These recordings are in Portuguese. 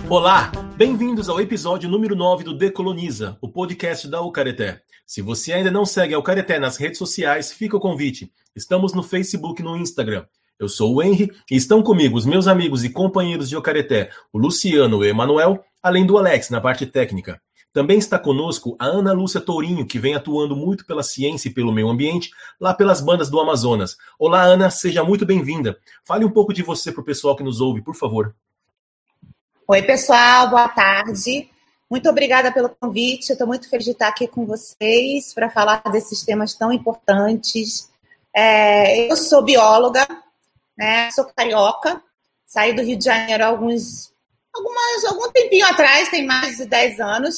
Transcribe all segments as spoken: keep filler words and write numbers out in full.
Olá, bem-vindos ao episódio número nove do Decoloniza, o podcast da Ucareté. Se você ainda não segue a Ucareté nas redes sociais, fica o convite. Estamos no Facebook e no Instagram. Eu sou o Henry e estão comigo os meus amigos e companheiros de Ucareté, o Luciano e o Emanuel, além do Alex na parte técnica. Também está conosco a Ana Lúcia Tourinho, que vem atuando muito pela ciência e pelo meio ambiente, lá pelas bandas do Amazonas. Olá, Ana, seja muito bem-vinda. Fale um pouco de você para o pessoal que nos ouve, por favor. Oi, pessoal, boa tarde. Muito obrigada pelo convite. Eu estou muito feliz de estar aqui com vocês para falar desses temas tão importantes. É, eu sou bióloga, né? Sou carioca, saí do Rio de Janeiro há alguns, algumas, algum tempinho atrás, tem mais de dez anos,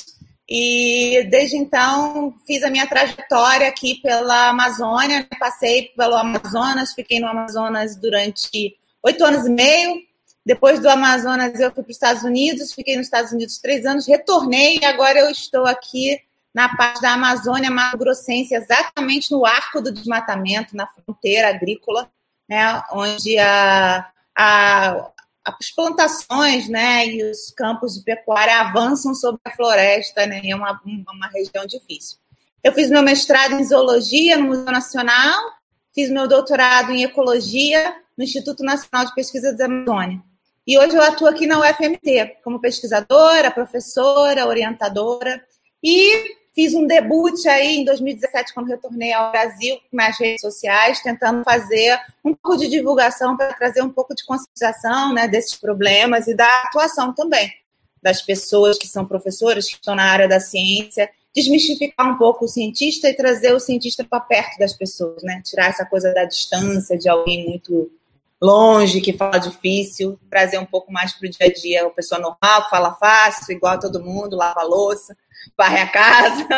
e desde então fiz a minha trajetória aqui pela Amazônia, passei pelo Amazonas, fiquei no Amazonas durante oito anos e meio. Depois do Amazonas, eu fui para os Estados Unidos, fiquei nos Estados Unidos três anos, retornei e agora eu estou aqui na parte da Amazônia mato-grossense, exatamente no arco do desmatamento, na fronteira agrícola, né, onde a, a, as plantações, né, e os campos de pecuária avançam sobre a floresta, né, é uma, uma região difícil. Eu fiz meu mestrado em zoologia no Museu Nacional, fiz meu doutorado em ecologia no Instituto Nacional de Pesquisa da Amazônia. E hoje eu atuo aqui na U F M T como pesquisadora, professora, orientadora e fiz um debut aí em dois mil e dezessete, quando retornei ao Brasil, nas redes sociais, tentando fazer um pouco de divulgação para trazer um pouco de conscientização, né, desses problemas e da atuação também das pessoas que são professoras, que estão na área da ciência, desmistificar um pouco o cientista e trazer o cientista para perto das pessoas, né, tirar essa coisa da distância de alguém muito longe, que fala difícil, trazer um pouco mais para o dia a dia, a pessoa normal, que fala fácil, igual a todo mundo, lava a louça, varre a casa.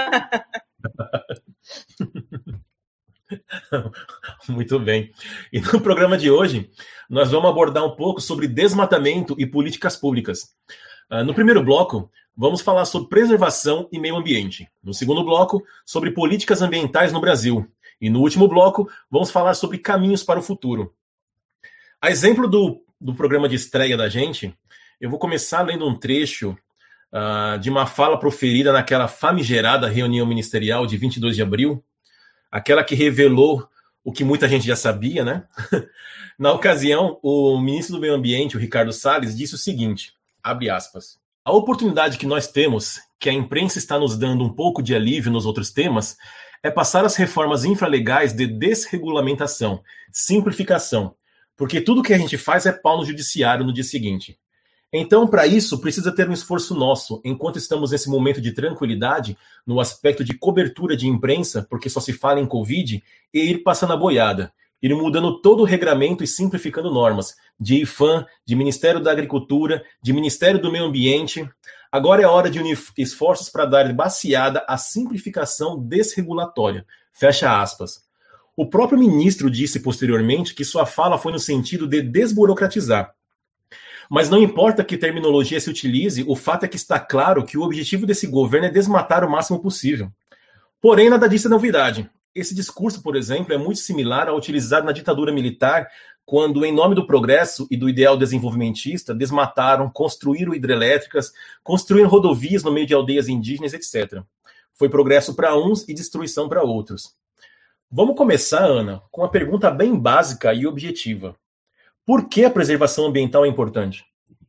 Muito bem. E no programa de hoje, nós vamos abordar um pouco sobre desmatamento e políticas públicas. No primeiro bloco, vamos falar sobre preservação e meio ambiente. No segundo bloco, sobre políticas ambientais no Brasil. E no último bloco, vamos falar sobre caminhos para o futuro. A exemplo do, do programa de estreia da gente, eu vou começar lendo um trecho uh, de uma fala proferida naquela famigerada reunião ministerial de vinte e dois de abril, aquela que revelou o que muita gente já sabia, né? Na ocasião, o ministro do Meio Ambiente, o Ricardo Salles, disse o seguinte, abre aspas, a oportunidade que nós temos, que a imprensa está nos dando um pouco de alívio nos outros temas, é passar as reformas infralegais de desregulamentação, simplificação, porque tudo que a gente faz é pau no judiciário no dia seguinte. Então, para isso, precisa ter um esforço nosso, enquanto estamos nesse momento de tranquilidade, no aspecto de cobertura de imprensa, porque só se fala em Covid, e ir passando a boiada, ir mudando todo o regramento e simplificando normas, de I F A M, de Ministério da Agricultura, de Ministério do Meio Ambiente. Agora é hora de unir esforços para dar baseada à simplificação desregulatória. Fecha aspas. O próprio ministro disse posteriormente que sua fala foi no sentido de desburocratizar. Mas não importa que terminologia se utilize, o fato é que está claro que o objetivo desse governo é desmatar o máximo possível. Porém, nada disso é novidade. Esse discurso, por exemplo, é muito similar ao utilizado na ditadura militar, quando, em nome do progresso e do ideal desenvolvimentista, desmataram, construíram hidrelétricas, construíram rodovias no meio de aldeias indígenas, etcétera. Foi progresso para uns e destruição para outros. Vamos começar, Ana, com uma pergunta bem básica e objetiva. Por que a preservação ambiental é importante?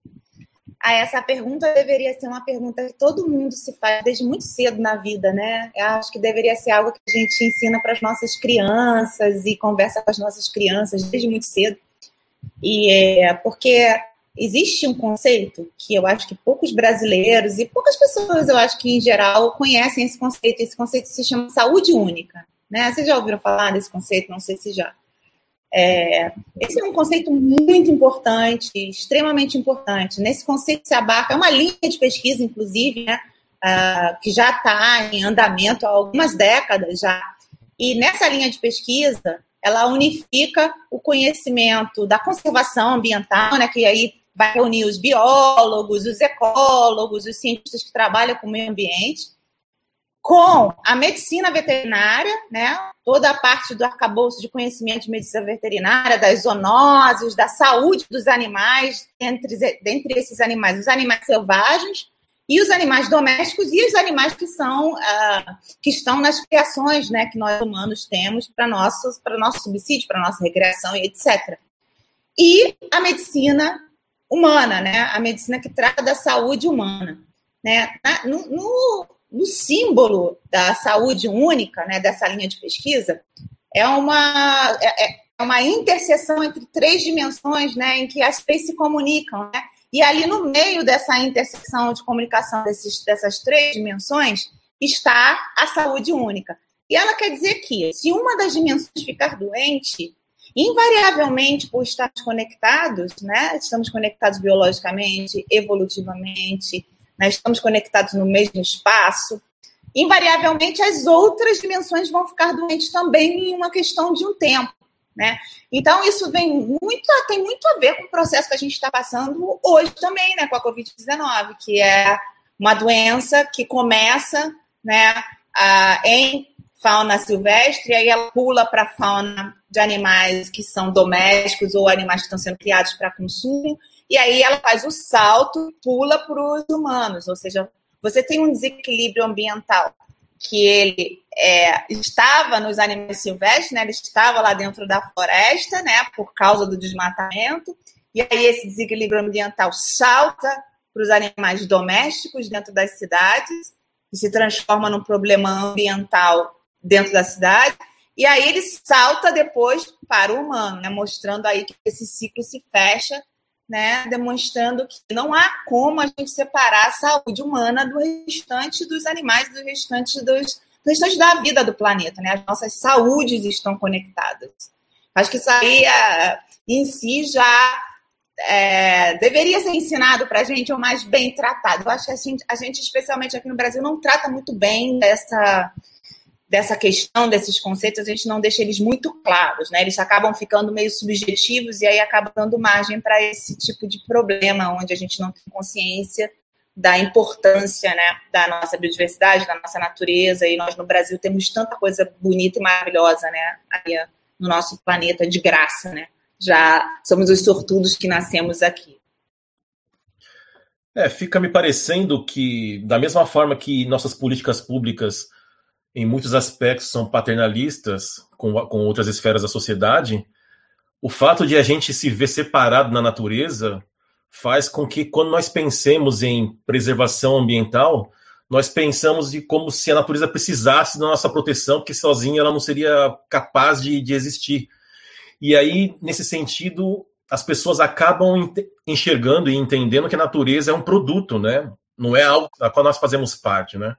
Ah, essa pergunta deveria ser uma pergunta que todo mundo se faz desde muito cedo na vida, né? Eu acho que deveria ser algo que a gente ensina para as nossas crianças e conversa com as nossas crianças desde muito cedo. E é porque existe um conceito que eu acho que poucos brasileiros e poucas pessoas, eu acho que em geral, conhecem esse conceito. Esse conceito se chama saúde única. Né? Vocês já ouviram falar desse conceito? Não sei se já. É, esse é um conceito muito importante, extremamente importante. Nesse conceito se abarca, é uma linha de pesquisa, inclusive, né, uh, que já está em andamento há algumas décadas já. E nessa linha de pesquisa, ela unifica o conhecimento da conservação ambiental, né, que aí vai reunir os biólogos, os ecólogos, os cientistas que trabalham com o meio ambiente, com a medicina veterinária, né? Toda a parte do arcabouço de conhecimento de medicina veterinária, das zoonoses, da saúde dos animais, entre, dentre esses animais, os animais selvagens e os animais domésticos e os animais que são uh, que estão nas criações, né, que nós humanos temos para nossos, para nosso subsídio, para nossa recreação e etcétera. E a medicina humana, né? A medicina que trata da saúde humana, né? No, no, no símbolo da saúde única, né, dessa linha de pesquisa, é uma, é, é uma interseção entre três dimensões, né, em que as três se comunicam, né? E ali no meio dessa interseção de comunicação desses, dessas três dimensões está a saúde única. E ela quer dizer que, se uma das dimensões ficar doente, invariavelmente, por estarmos conectados, né? Estamos conectados biologicamente, evolutivamente, né? Estamos conectados no mesmo espaço, invariavelmente as outras dimensões vão ficar doentes também em uma questão de um tempo, né? Então, isso vem muito, tem muito a ver com o processo que a gente está passando hoje também, né, com a covid dezenove, que é uma doença que começa, né, a, em fauna silvestre, e aí ela pula para a fauna de animais que são domésticos ou animais que estão sendo criados para consumo, e aí ela faz o salto e pula para os humanos, ou seja, você tem um desequilíbrio ambiental que ele é, estava nos animais silvestres, né? Ele estava lá dentro da floresta, né? Por causa do desmatamento, e aí esse desequilíbrio ambiental salta para os animais domésticos dentro das cidades e se transforma num problema ambiental dentro da cidade, e aí ele salta depois para o humano, né? Mostrando aí que esse ciclo se fecha, né, demonstrando que não há como a gente separar a saúde humana do restante dos animais, do restante, dos, do restante da vida do planeta, né? As nossas saúdes estão conectadas. Acho que isso aí é, em si já é, deveria ser ensinado para a gente, ou mais bem tratado. Eu acho que a gente, a gente, especialmente aqui no Brasil, não trata muito bem dessa... dessa questão, desses conceitos, a gente não deixa eles muito claros, né? Eles acabam ficando meio subjetivos e aí acaba dando margem para esse tipo de problema, onde a gente não tem consciência da importância, né, da nossa biodiversidade, da nossa natureza, e nós no Brasil temos tanta coisa bonita e maravilhosa, né, aí no nosso planeta de graça, né? Já somos os sortudos que nascemos aqui. É, fica me parecendo que, da mesma forma que nossas políticas públicas em muitos aspectos são paternalistas com, com outras esferas da sociedade, o fato de a gente se ver separado na natureza faz com que, quando nós pensemos em preservação ambiental, nós pensamos de como se a natureza precisasse da nossa proteção, porque sozinha ela não seria capaz de, de existir. E aí, nesse sentido, as pessoas acabam enxergando e entendendo que a natureza é um produto, né? Não é algo da qual nós fazemos parte, né?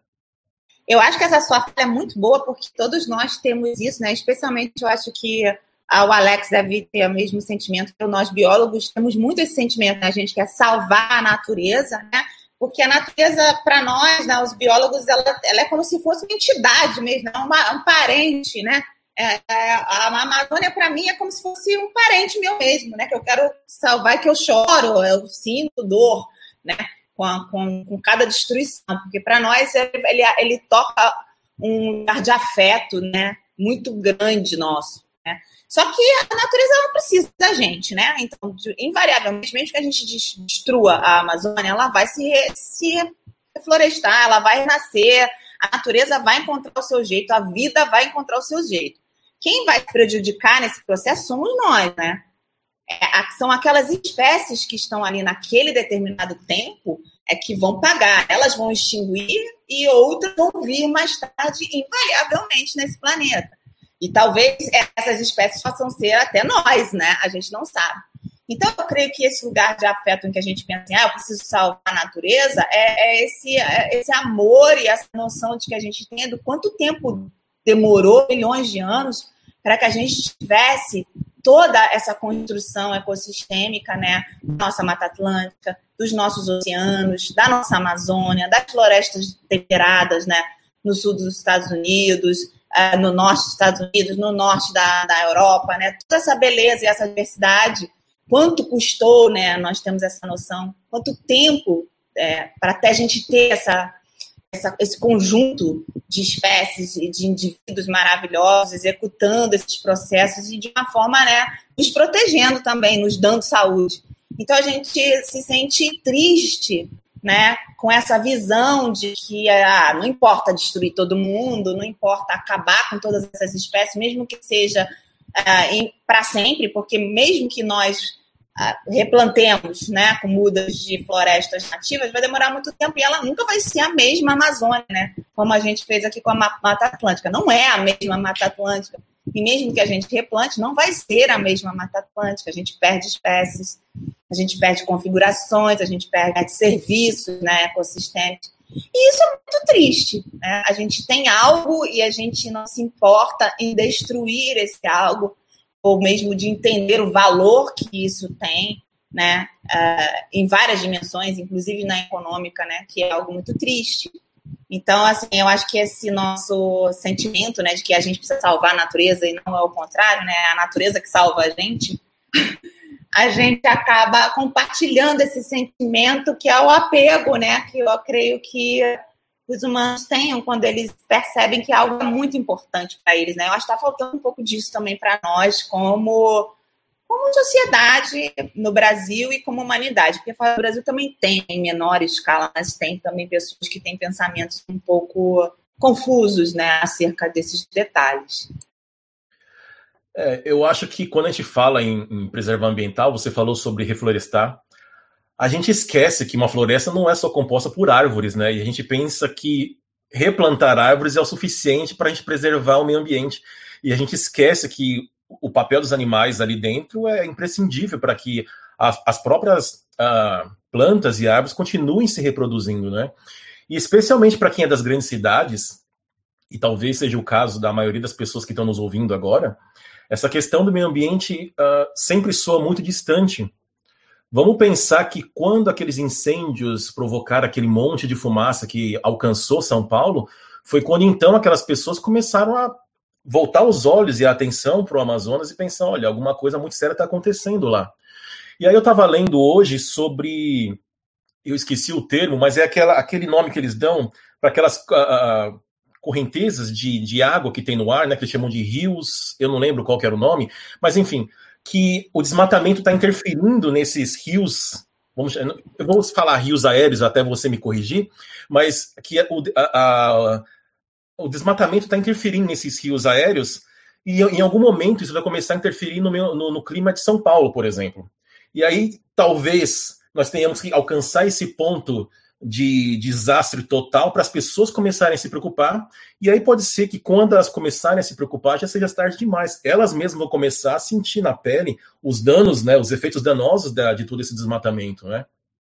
Eu acho que essa sua fala é muito boa, porque todos nós temos isso, né? Especialmente, eu acho que o Alex deve ter o mesmo sentimento que nós, biólogos, temos muito esse sentimento, né? A gente quer salvar a natureza, né? Porque a natureza, para nós, né, os biólogos, ela, ela é como se fosse uma entidade mesmo, é uma, um parente, né? É, é, a Amazônia, para mim, é como se fosse um parente meu mesmo, né? Que eu quero salvar e que eu choro, eu sinto dor, né? Com, a, com, com cada destruição, porque para nós ele, ele toca um lugar de afeto, né, muito grande nosso, né? Só que a natureza não precisa da gente, né? Então, de, invariavelmente, mesmo que a gente destrua a Amazônia, ela vai se, se reflorestar, ela vai renascer, a natureza vai encontrar o seu jeito, a vida vai encontrar o seu jeito. Quem vai prejudicar nesse processo somos nós, né? É, são aquelas espécies que estão ali naquele determinado tempo é que vão pagar. Elas vão extinguir e outras vão vir mais tarde, invariavelmente, nesse planeta. E talvez essas espécies possam ser até nós, né? A gente não sabe. Então, eu creio que esse lugar de afeto em que a gente pensa assim, ah, eu preciso salvar a natureza, é, é, esse, é esse amor e essa noção de que a gente tem do quanto tempo demorou, milhões de anos, para que a gente tivesse toda essa construção ecossistêmica, né, da nossa Mata Atlântica, dos nossos oceanos, da nossa Amazônia, das florestas temperadas, né, no sul dos Estados Unidos, uh, no norte dos Estados Unidos, no norte da, da Europa, né, toda essa beleza e essa diversidade, quanto custou, né, nós temos essa noção, quanto tempo é, para até a gente ter essa, essa, esse conjunto de espécies e de indivíduos maravilhosos executando esses processos e de uma forma, né, nos protegendo também, nos dando saúde. Então a gente se sente triste, né, com essa visão de que ah, não importa destruir todo mundo, não importa acabar com todas essas espécies, mesmo que seja ah, para sempre, porque mesmo que nós ah, replantemos, né, com mudas de florestas nativas, vai demorar muito tempo e ela nunca vai ser a mesma Amazônia, né, como a gente fez aqui com a Mata Atlântica. Não é a mesma Mata Atlântica. E mesmo que a gente replante, não vai ser a mesma Mata Atlântica. A gente perde espécies, a gente perde configurações, a gente perde serviços, né, ecossistêmicos. E isso é muito triste, né? A gente tem algo e a gente não se importa em destruir esse algo, ou mesmo de entender o valor que isso tem, né, uh, em várias dimensões, inclusive na econômica, né, que é algo muito triste. Então, assim, eu acho que esse nosso sentimento, né, de que a gente precisa salvar a natureza e não é o contrário, né, a natureza que salva a gente, a gente acaba compartilhando esse sentimento que é o apego, né, que eu creio que os humanos tenham quando eles percebem que algo é muito importante para eles, né. Eu acho que está faltando um pouco disso também para nós, como... como sociedade no Brasil e como humanidade, porque fora do Brasil também tem, em menor escala, mas tem também pessoas que têm pensamentos um pouco confusos, né, acerca desses detalhes. É, eu acho que quando a gente fala em, em preservar ambiental, você falou sobre reflorestar, a gente esquece que uma floresta não é só composta por árvores, né, e a gente pensa que replantar árvores é o suficiente para a gente preservar o meio ambiente, e a gente esquece que o papel dos animais ali dentro é imprescindível para que as, as próprias uh, plantas e árvores continuem se reproduzindo, né? E especialmente para quem é das grandes cidades, e talvez seja o caso da maioria das pessoas que estão nos ouvindo agora, essa questão do meio ambiente uh, sempre soa muito distante. Vamos pensar que quando aqueles incêndios provocaram aquele monte de fumaça que alcançou São Paulo, foi quando então aquelas pessoas começaram a voltar os olhos e a atenção para o Amazonas e pensar, olha, alguma coisa muito séria está acontecendo lá. E aí eu estava lendo hoje sobre, eu esqueci o termo, mas é aquela, aquele nome que eles dão para aquelas uh, correntezas de, de água que tem no ar, né, que eles chamam de rios, eu não lembro qual que era o nome, mas enfim, que o desmatamento está interferindo nesses rios, vamos, eu vou falar rios aéreos até você me corrigir, mas que o, a, a o desmatamento está interferindo nesses rios aéreos e em algum momento isso vai começar a interferir no, meu, no, no clima de São Paulo, por exemplo. E aí talvez nós tenhamos que alcançar esse ponto de desastre total para as pessoas começarem a se preocupar, e aí pode ser que quando elas começarem a se preocupar já seja tarde demais. Elas mesmas vão começar a sentir na pele os danos, né, os efeitos danosos de, de todo esse desmatamento, né?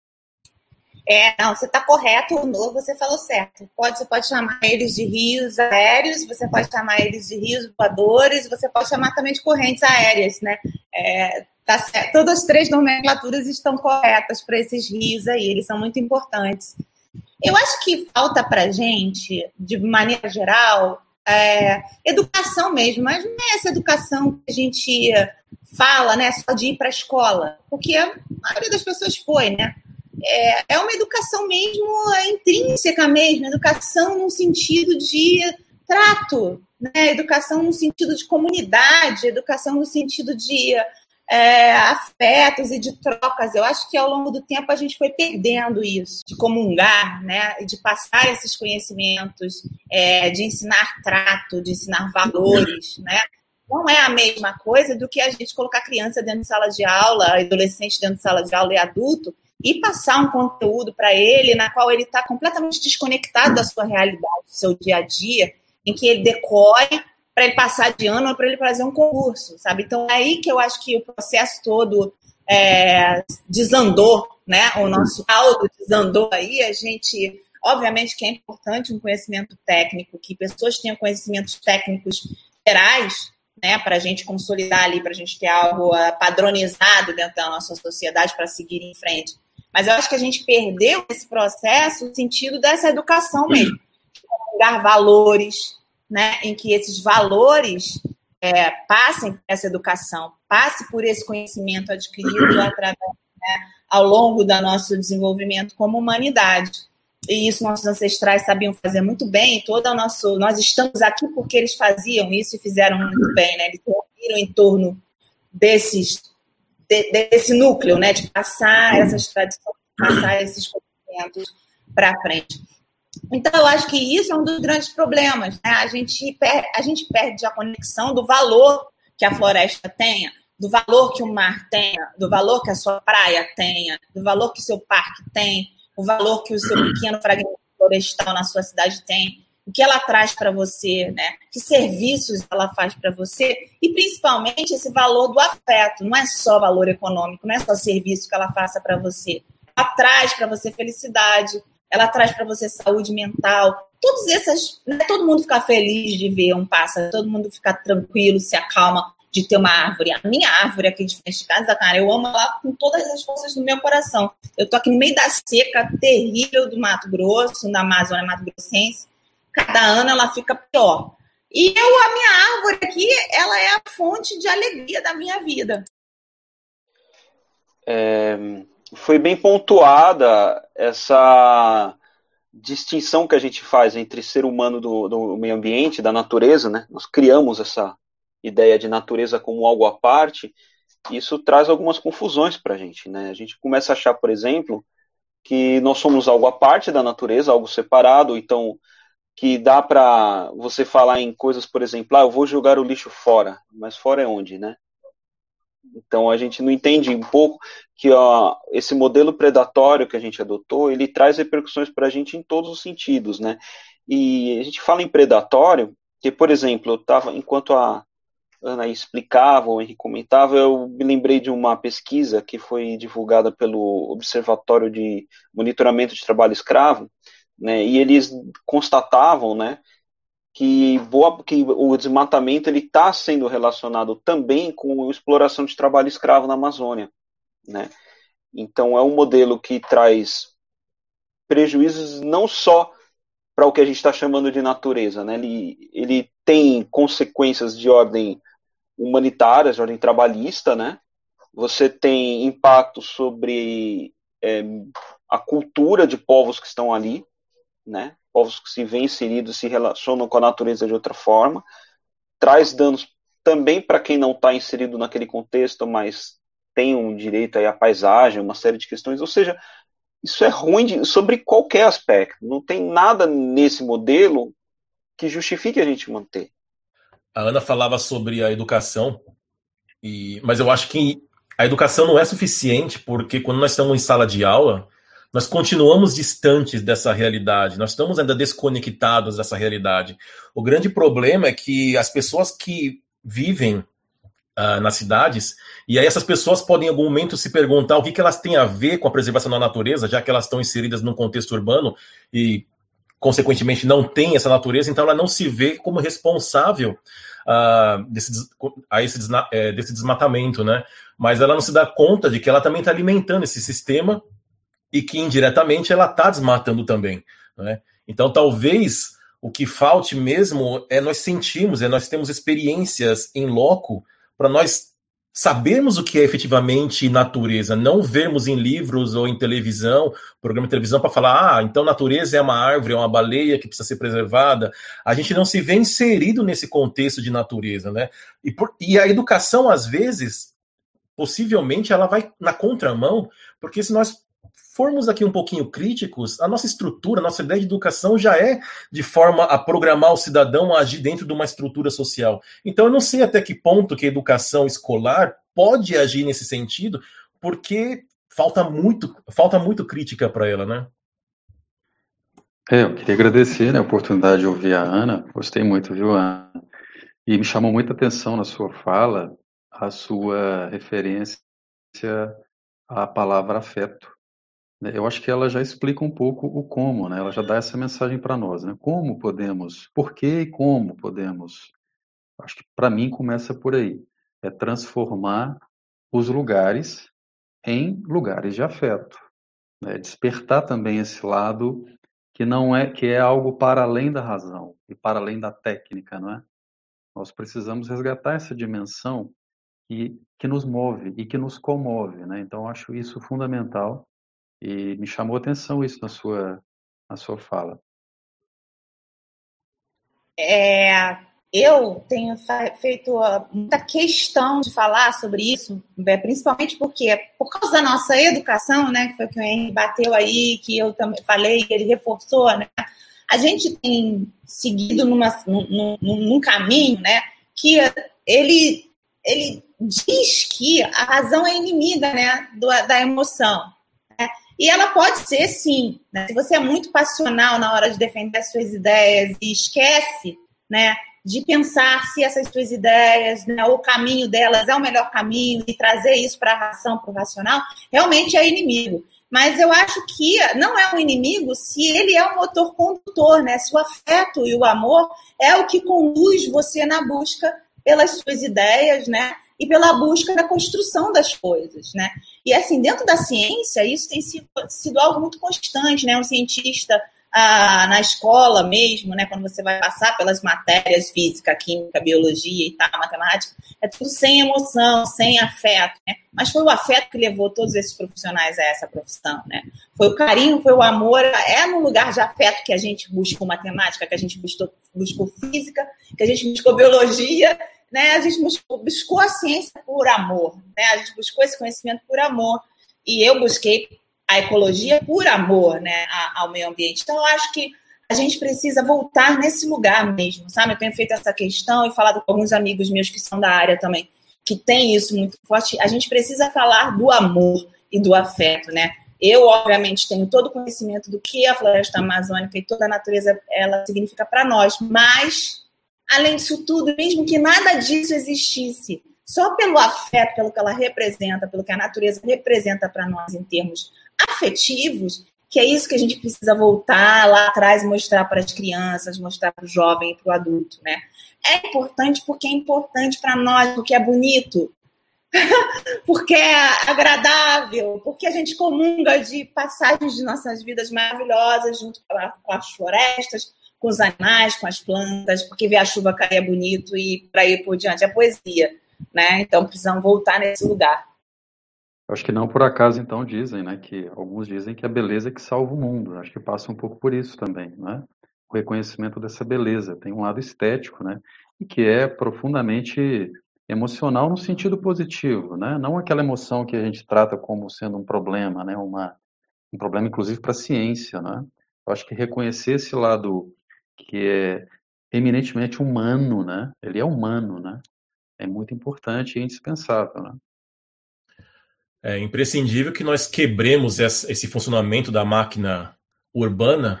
É, não, você está correto, você falou certo. Pode, você pode chamar eles de rios aéreos, você pode chamar eles de rios voadores, você pode chamar também de correntes aéreas, né? É, tá certo. Todas as três nomenclaturas estão corretas para esses rios aí, eles são muito importantes. Eu acho que falta para a gente, de maneira geral, é, educação mesmo, mas não é essa educação que a gente fala, né, só de ir para a escola, porque a maioria das pessoas foi, né? É uma educação mesmo intrínseca mesmo, educação no sentido de trato, né? Educação no sentido de comunidade, educação no sentido de é, afetos e de trocas. Eu acho que ao longo do tempo a gente foi perdendo isso, de comungar, né? De passar esses conhecimentos, é, de ensinar trato, de ensinar valores, né? Não é a mesma coisa do que a gente colocar criança dentro de sala de aula, adolescente dentro de sala de aula e adulto, e passar um conteúdo para ele na qual ele está completamente desconectado da sua realidade, do seu dia a dia, em que ele decore para ele passar de ano ou para ele fazer um concurso, sabe? Então, é aí que eu acho que o processo todo é, desandou, né? O nosso caldo desandou aí. A gente, obviamente que é importante um conhecimento técnico, que pessoas tenham conhecimentos técnicos gerais, né, para a gente consolidar ali, para a gente ter algo padronizado dentro da nossa sociedade para seguir em frente. Mas eu acho que a gente perdeu esse processo no sentido dessa educação mesmo, de dar valores, né, em que esses valores é, passem por essa educação, passe por esse conhecimento adquirido através, né, ao longo do nosso desenvolvimento como humanidade. e isso nossos ancestrais sabiam fazer muito bem. Todo o nosso, nós estamos aqui porque eles faziam isso e fizeram muito bem, né? Eles se reuniram em torno desses, de, desse núcleo, né? De passar essas tradições, passar esses conhecimentos para frente. Então, eu acho que isso é um dos grandes problemas, né? A gente, per- a gente perde a conexão do valor que a floresta tenha, do valor que o mar tenha, do valor que a sua praia tenha, do valor que o seu parque tem, o valor que o seu pequeno fragmento florestal na sua cidade tem, o que ela traz para você, né? Que serviços ela faz para você, e principalmente esse valor do afeto. Não é só valor econômico, não é só serviço que ela faça para você. Ela traz para você felicidade, ela traz para você saúde mental. Todas essas, né? Todo mundo ficar feliz de ver um pássaro, todo mundo ficar tranquilo, se acalma de ter uma árvore. A minha árvore aqui de frente de casa, cara, eu amo ela com todas as forças do meu coração. Eu tô aqui no meio da seca terrível do Mato Grosso, na Amazônia Mato Grossense. Cada ano ela fica pior. E eu, a minha árvore aqui, ela é a fonte de alegria da minha vida. É, foi bem pontuada essa distinção que a gente faz entre ser humano do, do meio ambiente, da natureza, né? Nós criamos essa ideia de natureza como algo à parte. Isso traz algumas confusões para a gente, né? A gente começa a achar, por exemplo, que nós somos algo à parte da natureza, algo separado, então que dá para você falar em coisas, por exemplo, ah, eu vou jogar o lixo fora, mas fora é onde, né? Então a gente não entende um pouco que ó, esse modelo predatório que a gente adotou, ele traz repercussões para a gente em todos os sentidos, né? E a gente fala em predatório, que, por exemplo, eu estava, enquanto a Ana explicava, ou Henrique comentava, eu me lembrei de uma pesquisa que foi divulgada pelo Observatório de Monitoramento de Trabalho Escravo, né, e eles constatavam, né, que, boa, que o desmatamento está sendo relacionado também com a exploração de trabalho escravo na Amazônia, né? Então é um modelo que traz prejuízos não só para o que a gente está chamando de natureza, né? Ele, ele tem consequências de ordem humanitárias, de ordem trabalhista, né? Você tem impacto sobre é, a cultura de povos que estão ali, né? Povos que se veem inseridos, se relacionam com a natureza de outra forma, traz danos também para quem não está inserido naquele contexto, mas tem um direito aí à paisagem, uma série de questões, ou seja, isso é ruim de, sobre qualquer aspecto, não tem nada nesse modelo que justifique a gente manter. A Ana falava sobre a educação, e, mas eu acho que a educação não é suficiente, porque quando nós estamos em sala de aula, nós continuamos distantes dessa realidade, nós estamos ainda desconectados dessa realidade. O grande problema é que as pessoas que vivem uh, nas cidades, e aí essas pessoas podem em algum momento se perguntar o que, que elas têm a ver com a preservação da natureza, já que elas estão inseridas num contexto urbano e consequentemente não tem essa natureza, então ela não se vê como responsável uh, desse, a esse, é, desse desmatamento, né? Mas ela não se dá conta de que ela também está alimentando esse sistema e que indiretamente ela está desmatando também, né? Então talvez o que falte mesmo é nós sentirmos, é nós temos experiências em loco para nós sabermos o que é efetivamente natureza, não vermos em livros ou em televisão, programa de televisão, para falar, ah, então natureza é uma árvore, é uma baleia que precisa ser preservada. A gente não se vê inserido nesse contexto de natureza, né? E, por, e a educação, às vezes, possivelmente, ela vai na contramão, porque se nós formos aqui um pouquinho críticos, a nossa estrutura, a nossa ideia de educação já é de forma a programar o cidadão a agir dentro de uma estrutura social. Então eu não sei até que ponto que a educação escolar pode agir nesse sentido, porque falta muito, falta muito crítica para ela, né? É, eu queria agradecer, né, a oportunidade de ouvir a Ana, gostei muito, viu, Ana? E me chamou muita atenção na sua fala a sua referência à palavra afeto. Eu acho que ela já explica um pouco o como, né? Ela já dá essa mensagem para nós, né? Como podemos, por que e como podemos. Acho que para mim começa por aí. É transformar os lugares em lugares de afeto, né? Despertar também esse lado que não é, que é algo para além da razão e para além da técnica, não é? Nós precisamos resgatar essa dimensão que, que nos move e que nos comove, né? Então acho isso fundamental. E me chamou a atenção isso na sua, na sua fala. É, eu tenho feito muita questão de falar sobre isso, principalmente porque, por causa da nossa educação, né, que foi o que o Henry bateu aí, que eu também falei, que ele reforçou, né, a gente tem seguido numa, num, num caminho, né, que ele, ele diz que a razão é inimiga, né, do, da emoção, né? E ela pode ser, sim, né? Se você é muito passional na hora de defender as suas ideias e esquece, né, de pensar se essas suas ideias, né, o caminho delas é o melhor caminho e trazer isso para a razão, para o racional, realmente é inimigo. Mas eu acho que não é um inimigo se ele é um motor condutor, né? Se o afeto e o amor é o que conduz você na busca pelas suas ideias, né? E pela busca da construção das coisas, né? E, assim, dentro da ciência, isso tem sido, sido algo muito constante, né? Um cientista ah, na escola mesmo, né? Quando você vai passar pelas matérias física, química, biologia e tal, matemática, é tudo sem emoção, sem afeto, né? Mas foi o afeto que levou todos esses profissionais a essa profissão, né? Foi o carinho, foi o amor, é no lugar de afeto que a gente buscou matemática, que a gente buscou, buscou física, que a gente buscou biologia, né? A gente buscou, buscou a ciência por amor, né? A gente buscou esse conhecimento por amor. E eu busquei a ecologia por amor, né, ao meio ambiente. Então, eu acho que a gente precisa voltar nesse lugar mesmo, sabe? Eu tenho feito essa questão e falado com alguns amigos meus que são da área também, que tem isso muito forte. A gente precisa falar do amor e do afeto, né? Eu, obviamente, tenho todo o conhecimento do que a floresta amazônica e toda a natureza ela significa para nós, mas, além disso tudo, mesmo que nada disso existisse, só pelo afeto, pelo que ela representa, pelo que a natureza representa para nós em termos afetivos, que é isso que a gente precisa voltar lá atrás e mostrar para as crianças, mostrar para o jovem e para o adulto, né? É importante porque é importante para nós, porque é bonito, porque é agradável, porque a gente comunga de passagens de nossas vidas maravilhosas junto com as florestas, com os animais, com as plantas, porque ver a chuva cair é bonito e para ir por diante é poesia, né? Então precisamos voltar nesse lugar. Acho que não por acaso, então, dizem, né, que alguns dizem que a beleza é que salva o mundo. Acho que passa um pouco por isso também, né? O reconhecimento dessa beleza. Tem um lado estético, né? E que é profundamente emocional no sentido positivo, né? Não aquela emoção que a gente trata como sendo um problema, né? Uma, um problema, inclusive, para a ciência, né? Eu acho que reconhecer esse lado que é eminentemente humano, né? Ele é humano, né? É muito importante e indispensável, né? É imprescindível que nós quebremos esse funcionamento da máquina urbana,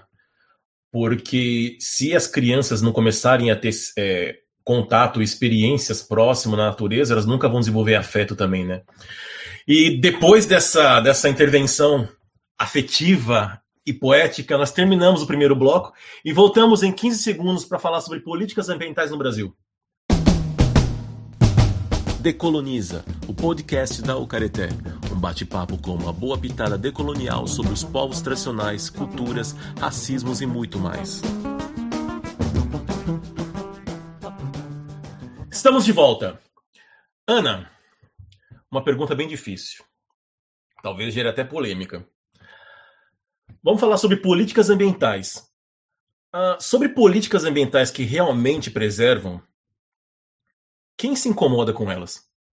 porque se as crianças não começarem a ter é, contato, experiências próximas na natureza, elas nunca vão desenvolver afeto também, né? E depois dessa, dessa intervenção afetiva e poética, nós terminamos o primeiro bloco e voltamos em quinze segundos para falar sobre políticas ambientais no Brasil. Decoloniza, o podcast da Ucareté. Um bate-papo com uma boa pitada decolonial sobre os povos tradicionais, culturas, racismos e muito mais. Estamos de volta. Ana, uma pergunta bem difícil. Talvez gere até polêmica. Vamos falar sobre políticas ambientais. Ah, sobre políticas ambientais que realmente preservam, quem se incomoda com elas?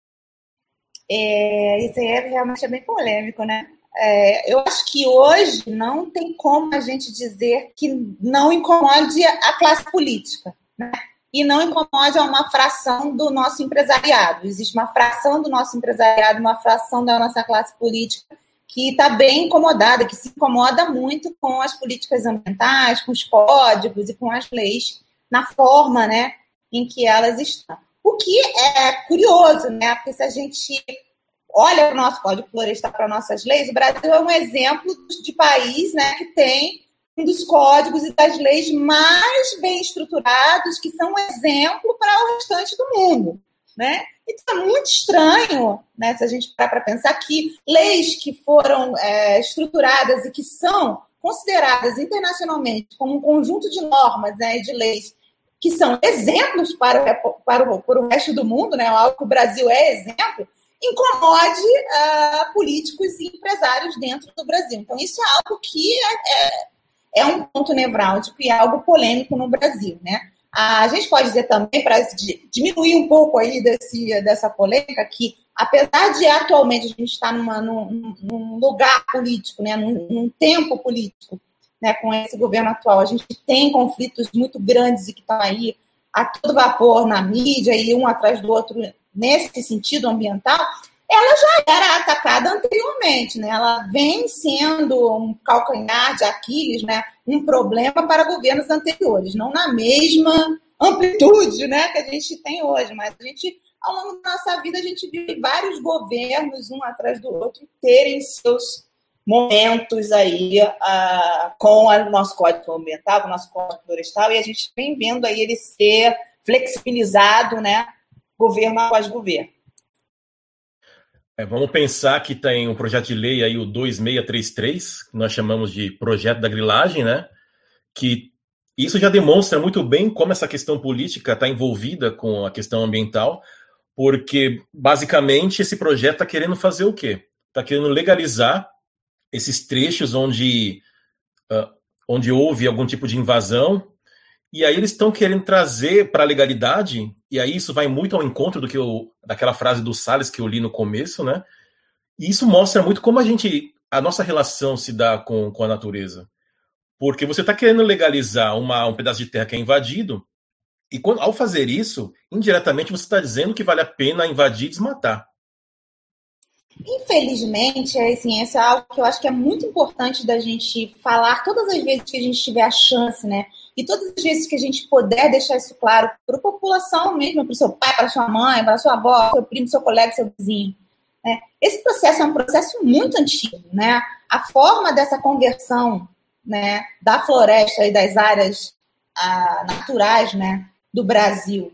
É, isso aí é, realmente é bem polêmico, né? É, eu acho que hoje não tem como a gente dizer que não incomode a classe política, né? E não incomode a uma fração do nosso empresariado. Existe uma fração do nosso empresariado, uma fração da nossa classe política que está bem incomodada, que se incomoda muito com as políticas ambientais, com os códigos e com as leis, na forma, né, em que elas estão. O que é curioso, né? Porque se a gente olha para o nosso Código Florestal, para nossas leis, o Brasil é um exemplo de país, né, que tem um dos códigos e das leis mais bem estruturados, que são um exemplo para o restante do mundo, né? Então é muito estranho, né, se a gente parar para pensar que leis que foram é, estruturadas e que são consideradas internacionalmente como um conjunto de normas, né, de leis que são exemplos para, para, o, para o resto do mundo, né, algo que o Brasil é exemplo, incomode uh, políticos e empresários dentro do Brasil. Então, isso é algo que é, é, é um ponto nevrálgico e é algo polêmico no Brasil, né? A gente pode dizer também, para diminuir um pouco aí desse, dessa polêmica, que apesar de atualmente a gente estar numa, num, num lugar político, né, num, num tempo político, né, com esse governo atual, a gente tem conflitos muito grandes e que estão aí a todo vapor na mídia e um atrás do outro nesse sentido ambiental, ela já era atacada anteriormente, né? Ela vem sendo um calcanhar de Aquiles, né? Um problema para governos anteriores, não na mesma amplitude, né, que a gente tem hoje, mas a gente, ao longo da nossa vida, a gente viu vários governos, um atrás do outro, terem seus momentos aí uh, com o nosso Código Ambiental, com o nosso Código Florestal, e a gente vem vendo aí ele ser flexibilizado, né, governo após governo. É, vamos pensar que tem um projeto de lei aí, o dois mil seiscentos e trinta e três, que nós chamamos de projeto da grilagem, né? Que isso já demonstra muito bem como essa questão política está envolvida com a questão ambiental, porque, basicamente, esse projeto está querendo fazer o quê? Está querendo legalizar esses trechos onde, uh, onde houve algum tipo de invasão, e aí eles estão querendo trazer para a legalidade, e aí isso vai muito ao encontro do que eu, daquela frase do Salles que eu li no começo, né? E isso mostra muito como a gente, a nossa relação se dá com, com a natureza. Porque você está querendo legalizar uma, um pedaço de terra que é invadido, e quando, ao fazer isso, indiretamente você está dizendo que vale a pena invadir e desmatar. Infelizmente, assim, isso é algo que eu acho que é muito importante da gente falar todas as vezes que a gente tiver a chance, né? E todas as vezes que a gente puder deixar isso claro para a população mesmo, para o seu pai, para a sua mãe, para a sua avó, seu primo, seu colega, seu vizinho. Né? Esse processo é um processo muito antigo, né? A forma dessa conversão, né, da floresta e das áreas ah, naturais, né, do Brasil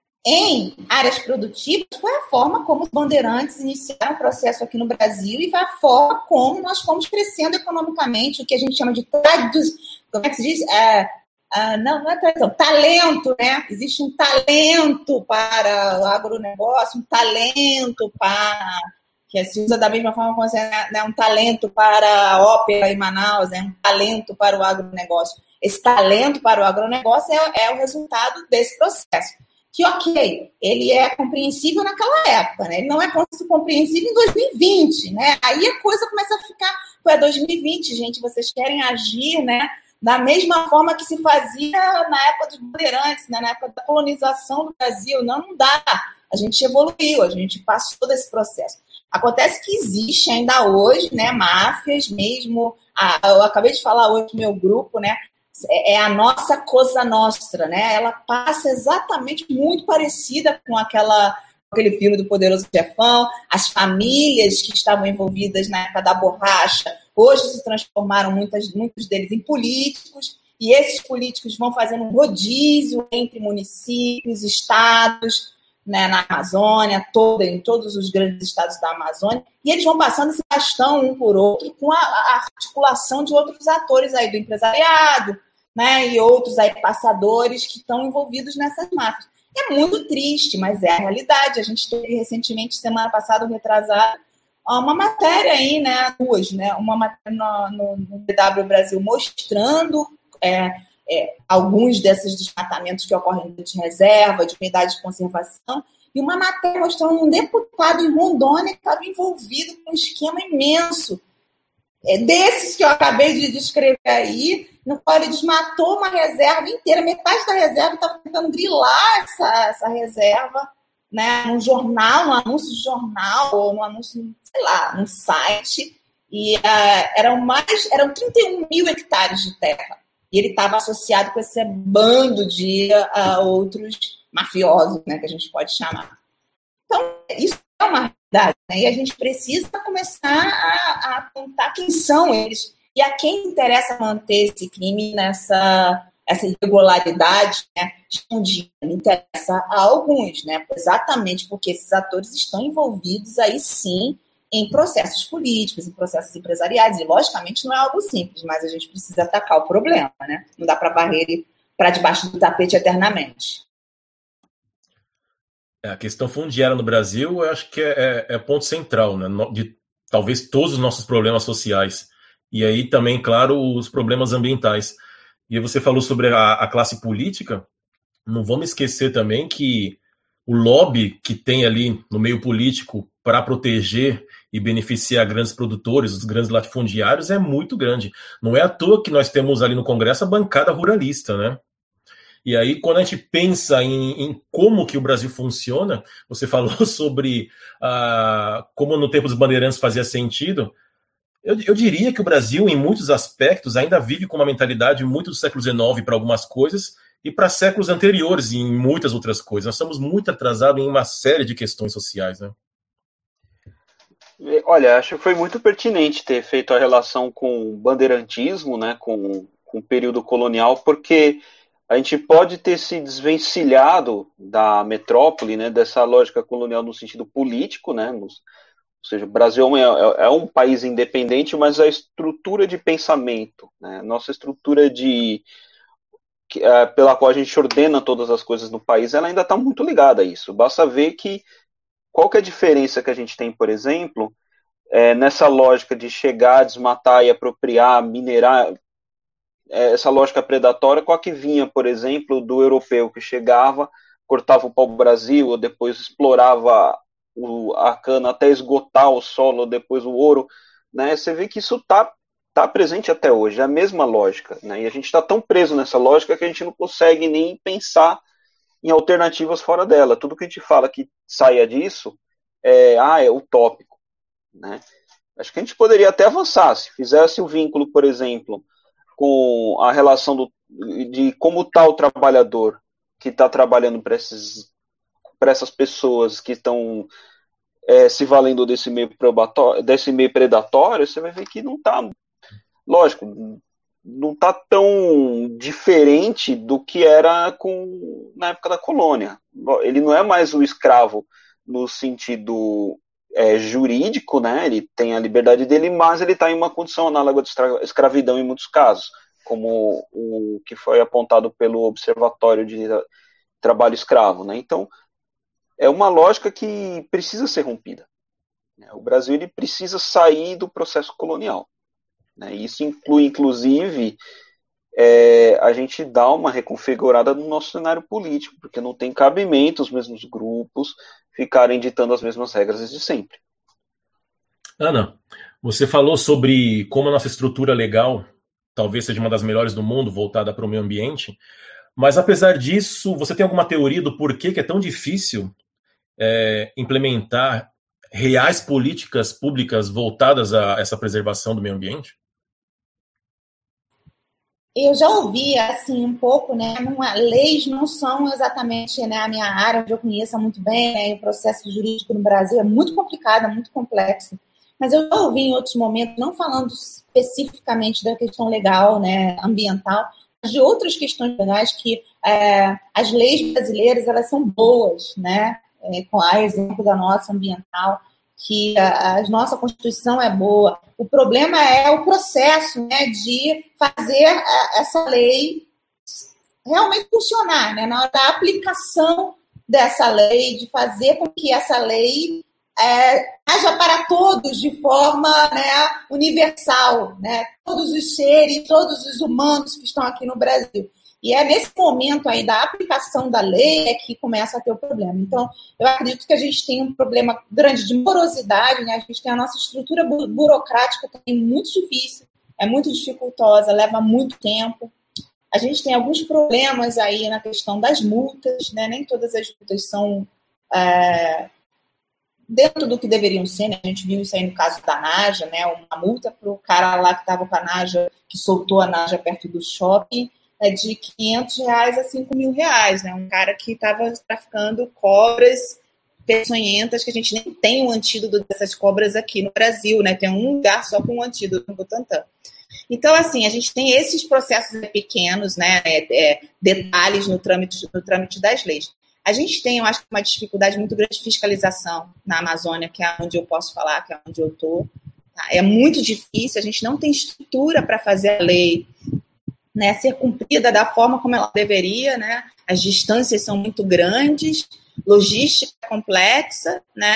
em áreas produtivas foi a forma como os bandeirantes iniciaram o processo aqui no Brasil e foi a forma como nós fomos crescendo economicamente, o que a gente chama de tradição, como é que se diz? É, é, não, não é tradição, talento, né? Existe um talento para o agronegócio, um talento para... que se usa da mesma forma como você, né, um talento para a ópera em Manaus, né, um talento para o agronegócio. Esse talento para o agronegócio é, é o resultado desse processo. Que, ok, ele é compreensível naquela época, né? Ele não é compreensível em dois mil e vinte, né? Aí a coisa começa a ficar, pô, é dois mil e vinte, gente, vocês querem agir, né, da mesma forma que se fazia na época dos bandeirantes, né, na época da colonização do Brasil. Não, não dá. A gente evoluiu, a gente passou desse processo. Acontece que existe ainda hoje, né, máfias mesmo. Ah, eu acabei de falar hoje no meu grupo, né? É a nossa Cosa Nostra, né? Ela passa exatamente muito parecida com aquela, aquele filme do Poderoso Chefão. As famílias que estavam envolvidas na época da borracha hoje se transformaram, muitas, muitos deles, em políticos, e esses políticos vão fazendo um rodízio entre municípios, estados, né, na Amazônia, toda, em todos os grandes estados da Amazônia, e eles vão passando esse bastão um por outro com a, a articulação de outros atores aí do empresariado, né, e outros aí passadores que estão envolvidos nessas máfias. É muito triste, mas é a realidade. A gente teve recentemente, semana passada, um retrasado, uma matéria aí, né, duas, né, uma matéria no, no, no D W Brasil mostrando é, é, alguns desses desmatamentos que ocorrem de reserva, de unidade de conservação, e uma matéria mostrando um deputado em Rondônia que estava envolvido com um esquema imenso, é, desses que eu acabei de descrever aí, no qual ele desmatou uma reserva inteira, metade da reserva, estava tentando grilar essa, essa reserva, né, num jornal, num anúncio de jornal, ou num anúncio, sei lá, num site, e uh, eram, mais, eram trinta e um mil hectares de terra, e ele estava associado com esse bando de uh, outros mafiosos, né, que a gente pode chamar. Então, isso é uma realidade, né, e a gente precisa começar a, a apontar quem são eles, e a quem interessa manter esse crime nessa... essa irregularidade, né, escondida, interessa a alguns, né, exatamente porque esses atores estão envolvidos aí sim em processos políticos, em processos empresariais, e logicamente não é algo simples, mas a gente precisa atacar o problema, né, não dá para varrer ele para debaixo do tapete eternamente. A questão fundiária no Brasil, eu acho que é, é, é ponto central, né, de talvez todos os nossos problemas sociais. E aí também, claro, os problemas ambientais. E aí você falou sobre a, a classe política, não vamos esquecer também que o lobby que tem ali no meio político para proteger e beneficiar grandes produtores, os grandes latifundiários, é muito grande. Não é à toa que nós temos ali no Congresso a bancada ruralista, né? E aí, quando a gente pensa em, em como que o Brasil funciona, você falou sobre ah, como no tempo dos bandeirantes fazia sentido. Eu, eu diria que o Brasil, em muitos aspectos, ainda vive com uma mentalidade muito do século dezenove para algumas coisas e para séculos anteriores em muitas outras coisas. Nós estamos muito atrasados em uma série de questões sociais, né? Olha, acho que foi muito pertinente ter feito a relação com o bandeirantismo, né, com, com o período colonial, porque a gente pode ter se desvencilhado da metrópole, né, dessa lógica colonial no sentido político, né, ou seja, o Brasil é, é, é um país independente, mas a estrutura de pensamento, né, nossa estrutura de que, é, pela qual a gente ordena todas as coisas no país, ela ainda está muito ligada a isso. Basta ver que qual que é a diferença que a gente tem, por exemplo, é, nessa lógica de chegar, desmatar e apropriar, minerar, é, essa lógica predatória, qual que vinha, por exemplo, do europeu que chegava, cortava o pau-brasil, ou depois explorava o, a cana até esgotar o solo, depois o ouro, né? Você vê que isso está tá presente até hoje, é a mesma lógica, né? E a gente está tão preso nessa lógica que a gente não consegue nem pensar em alternativas fora dela. Tudo que a gente fala que saia disso é, ah, é utópico, né? Acho que a gente poderia até avançar, se fizesse o vínculo, por exemplo, com a relação do, de como está o trabalhador que está trabalhando para essas pessoas que estão é, se valendo desse meio, desse meio predatório, você vai ver que não está, lógico, não está tão diferente do que era com, na época da colônia. Ele não é mais o escravo no sentido é, jurídico, né? Ele tem a liberdade dele, mas ele está em uma condição análoga de escravidão em muitos casos, como o que foi apontado pelo Observatório de Trabalho Escravo, né? Então, é uma lógica que precisa ser rompida. O Brasil ele precisa sair do processo colonial. Isso inclui, inclusive, é, a gente dar uma reconfigurada no nosso cenário político, porque não tem cabimento os mesmos grupos ficarem ditando as mesmas regras desde sempre. Ana, você falou sobre como a nossa estrutura legal talvez seja uma das melhores do mundo, voltada para o meio ambiente, mas apesar disso, você tem alguma teoria do porquê que é tão difícil é, implementar reais políticas públicas voltadas a essa preservação do meio ambiente? Eu já ouvi, assim, um pouco, né, não, leis não são exatamente, né, a minha área, onde eu conheço muito bem, né, o processo jurídico no Brasil é muito complicado, é muito complexo, mas eu já ouvi em outros momentos, não falando especificamente da questão legal, né, ambiental, mas de outras questões legais que é, as leis brasileiras, elas são boas, né, é, com a exemplo da nossa ambiental, que a, a nossa Constituição é boa. O problema é o processo, né, de fazer a, essa lei realmente funcionar, né, na hora da aplicação dessa lei, de fazer com que essa lei é, haja para todos de forma, né, universal, né, todos os seres, todos os humanos que estão aqui no Brasil. E é nesse momento aí da aplicação da lei é que começa a ter o problema. Então, eu acredito que a gente tem um problema grande de morosidade, né? A gente tem a nossa estrutura bu- burocrática também muito difícil, é muito dificultosa, leva muito tempo. A gente tem alguns problemas aí na questão das multas, né? Nem todas as multas são é, dentro do que deveriam ser, né? A gente viu isso aí no caso da Naja, né? Uma multa para o cara lá que estava com a Naja, que soltou a Naja perto do shopping, é de quinhentos reais a cinco mil reais, né? Um cara que estava traficando cobras peçonhentas, que a gente nem tem um antídoto dessas cobras aqui no Brasil, né? Tem um lugar só com um antídoto no Butantã. Então, assim, a gente tem esses processos pequenos, né? É, é, detalhes no trâmite, no trâmite das leis. A gente tem, eu acho, uma dificuldade muito grande de fiscalização na Amazônia, que é onde eu posso falar, que é onde eu estou. Tá? É muito difícil, a gente não tem estrutura para fazer a lei, né, ser cumprida da forma como ela deveria, né? As distâncias são muito grandes, logística complexa, né?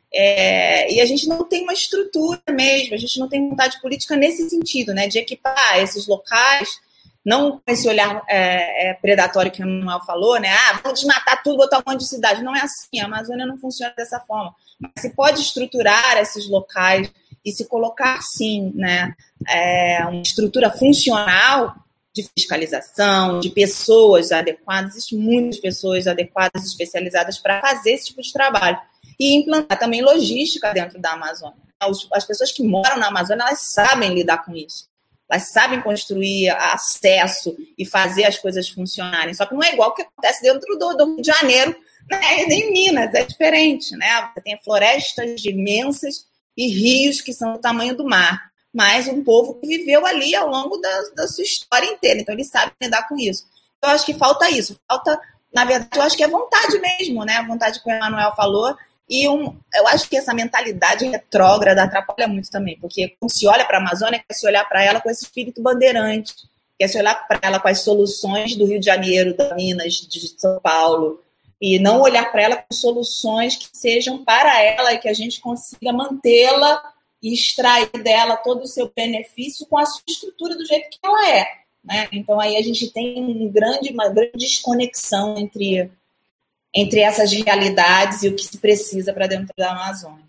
É, e a gente não tem uma estrutura mesmo, a gente não tem vontade política nesse sentido, né, de equipar esses locais, não com esse olhar é, é, predatório que o Manuel falou, né, ah, vamos desmatar tudo, botar um monte de cidade. Não é assim, a Amazônia não funciona dessa forma. Mas se pode estruturar esses locais e se colocar, sim, né, é, uma estrutura funcional de fiscalização, de pessoas adequadas, existem muitas pessoas adequadas, especializadas para fazer esse tipo de trabalho. E implantar também logística dentro da Amazônia. As pessoas que moram na Amazônia, elas sabem lidar com isso. Elas sabem construir acesso e fazer as coisas funcionarem. Só que não é igual o que acontece dentro do, do Rio de Janeiro, né? Em Minas, é diferente, né? Você tem florestas imensas e rios que são do tamanho do mar. Mas um povo que viveu ali ao longo da, da sua história inteira. Então, eles sabem lidar com isso. Eu acho que falta isso. Falta, na verdade, eu acho que é vontade mesmo, né? A vontade que o Emanuel falou. E um, eu acho que essa mentalidade retrógrada atrapalha muito também, porque quando se olha para a Amazônia, quer se olhar para ela com esse espírito bandeirante, quer se olhar para ela com as soluções do Rio de Janeiro, da Minas, de São Paulo, e não olhar para ela com soluções que sejam para ela e que a gente consiga mantê-la e extrair dela todo o seu benefício com a sua estrutura do jeito que ela é, né? Então aí a gente tem um grande, uma grande desconexão entre entre essas realidades e o que se precisa para dentro da Amazônia.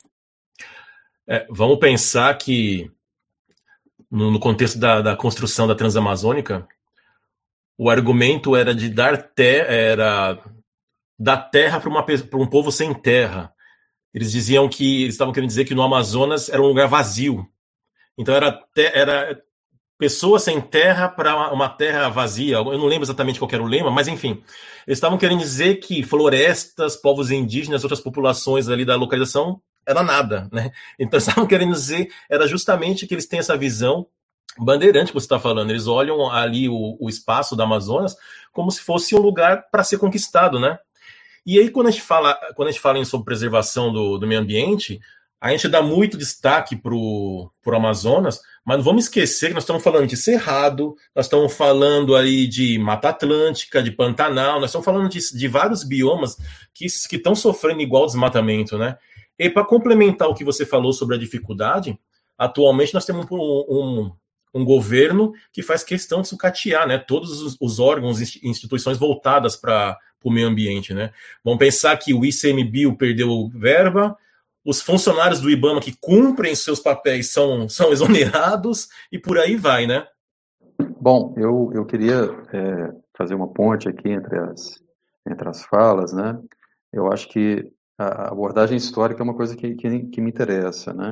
É, vamos pensar que, no, no contexto da, da construção da Transamazônica, o argumento era de dar, te, era dar terra para um povo sem terra. Eles diziam que, eles estavam querendo dizer que no Amazonas era um lugar vazio. Então era, te, era pessoas sem terra para uma terra vazia. Eu não lembro exatamente qual era o lema, mas enfim. Eles estavam querendo dizer que florestas, povos indígenas, outras populações ali da localização, era nada, né? Então eles estavam querendo dizer, era justamente que eles têm essa visão bandeirante que você está falando. Eles olham ali o, o espaço da Amazonas como se fosse um lugar para ser conquistado, né? E aí, quando a gente fala, quando a gente fala sobre preservação do, do meio ambiente, a gente dá muito destaque para o Amazonas, mas não vamos esquecer que nós estamos falando de Cerrado, nós estamos falando aí de Mata Atlântica, de Pantanal, nós estamos falando de, de vários biomas que estão sofrendo igual desmatamento, né? E para complementar o que você falou sobre a dificuldade, atualmente nós temos um, um, um governo que faz questão de sucatear, né, todos os, os órgãos e instituições voltadas para o meio ambiente, né? Vamos pensar que o I C M B I O perdeu verba, os funcionários do IBAMA que cumprem seus papéis são, são exonerados e por aí vai, né? Bom, eu, eu queria é, fazer uma ponte aqui entre as, entre as falas, né? Eu acho que a abordagem histórica é uma coisa que, que, que me interessa, né?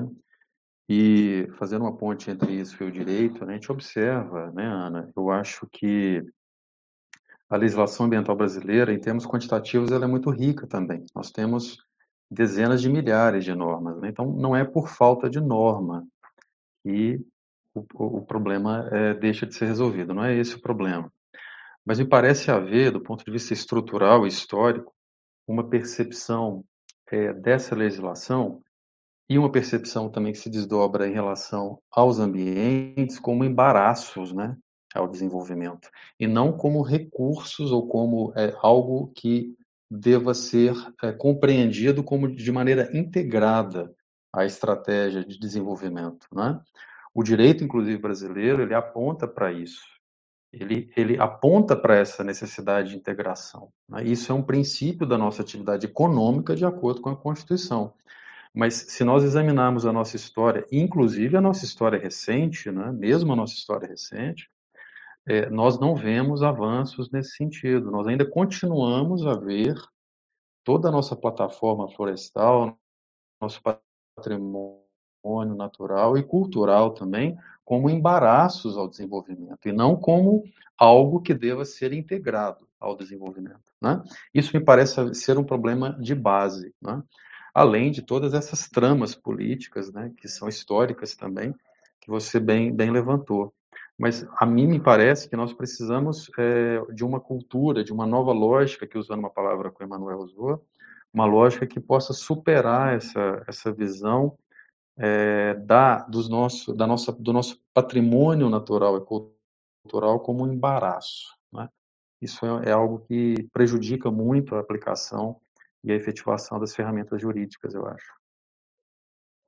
E fazendo uma ponte entre isso e o direito, né, a gente observa, né, Ana? Eu acho que a legislação ambiental brasileira, em termos quantitativos, ela é muito rica também. Nós temos dezenas de milhares de normas, né? Então, não é por falta de norma que o, o, o problema é, deixa de ser resolvido, não é esse o problema. Mas me parece haver, do ponto de vista estrutural e histórico, uma percepção é, dessa legislação e uma percepção também que se desdobra em relação aos ambientes como embaraços, né, ao desenvolvimento, e não como recursos ou como é, algo que deva ser é, compreendido como de maneira integrada à estratégia de desenvolvimento, né? O direito, inclusive brasileiro, ele aponta para isso. Ele, ele aponta para essa necessidade de integração, né? Isso é um princípio da nossa atividade econômica de acordo com a Constituição. Mas se nós examinarmos a nossa história, inclusive a nossa história recente, né, mesmo a nossa história recente, é, nós não vemos avanços nesse sentido. Nós ainda continuamos a ver toda a nossa plataforma florestal, nosso patrimônio natural e cultural também, como embaraços ao desenvolvimento, e não como algo que deva ser integrado ao desenvolvimento, né? Isso me parece ser um problema de base, né? Além de todas essas tramas políticas, né, que são históricas também, que você bem, bem levantou. Mas a mim me parece que nós precisamos é, de uma cultura, de uma nova lógica, que usando uma palavra que o Emanuel usou, uma lógica que possa superar essa, essa visão é, da, dos nosso, da nossa, do nosso patrimônio natural e cultural como um embaraço, né? Isso é, é algo que prejudica muito a aplicação e a efetivação das ferramentas jurídicas, eu acho.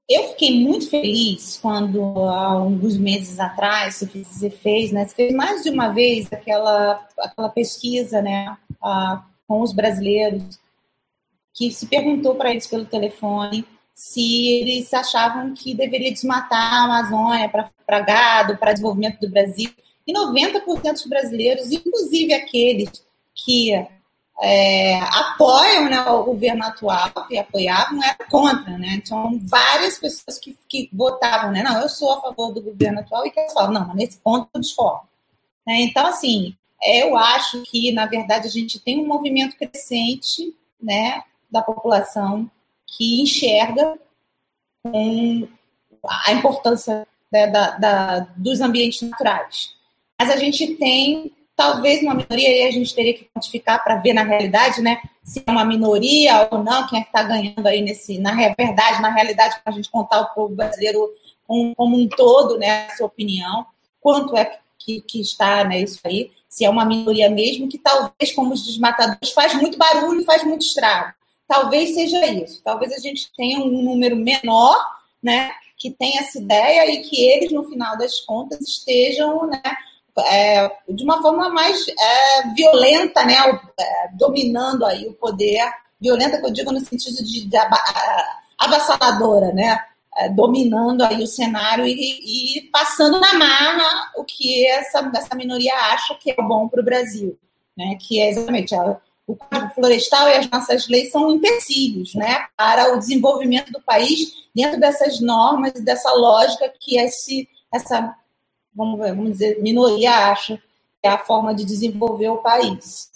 eu fiquei muito feliz quando, há alguns meses atrás, você fez, né, você fez mais de uma vez aquela, aquela pesquisa, né, uh, com os brasileiros, que se perguntou para eles pelo telefone se eles achavam que deveria desmatar a Amazônia para gado, para desenvolvimento do Brasil. E noventa por cento dos brasileiros, inclusive aqueles que é, apoiam, né, o governo atual, que apoiavam, eram contra. Né? Então, várias pessoas que, que votavam, né? Não, eu sou a favor do governo atual, e que elas falam, não, mas nesse ponto eu discordo. Né? Então, assim, eu acho que, na verdade, a gente tem um movimento crescente, né, da população que enxerga com a importância, né, da, da, dos ambientes naturais. Mas a gente tem, talvez, uma minoria, e a gente teria que quantificar para ver na realidade, né, se é uma minoria ou não, quem é que está ganhando aí nesse, na verdade, na realidade, para a gente contar o povo brasileiro como, como um todo, né, a sua opinião, quanto é que, que está, né, isso aí, se é uma minoria mesmo, que talvez, como os desmatadores, faz muito barulho, faz muito estrago. Talvez seja isso. Talvez a gente tenha um número menor, né, que tenha essa ideia e que eles, no final das contas, estejam, né, é, de uma forma mais é, violenta, né, é, dominando aí o poder. Violenta, que eu digo no sentido de, de avassaladora, né, é, dominando aí o cenário e, e passando na marra o que essa, essa minoria acha que é bom para o Brasil, né, que é exatamente a o Código Florestal e as nossas leis são empecilhos, né, para o desenvolvimento do país dentro dessas normas e dessa lógica que esse, essa, vamos, vamos dizer, minoria acha que é a forma de desenvolver o país.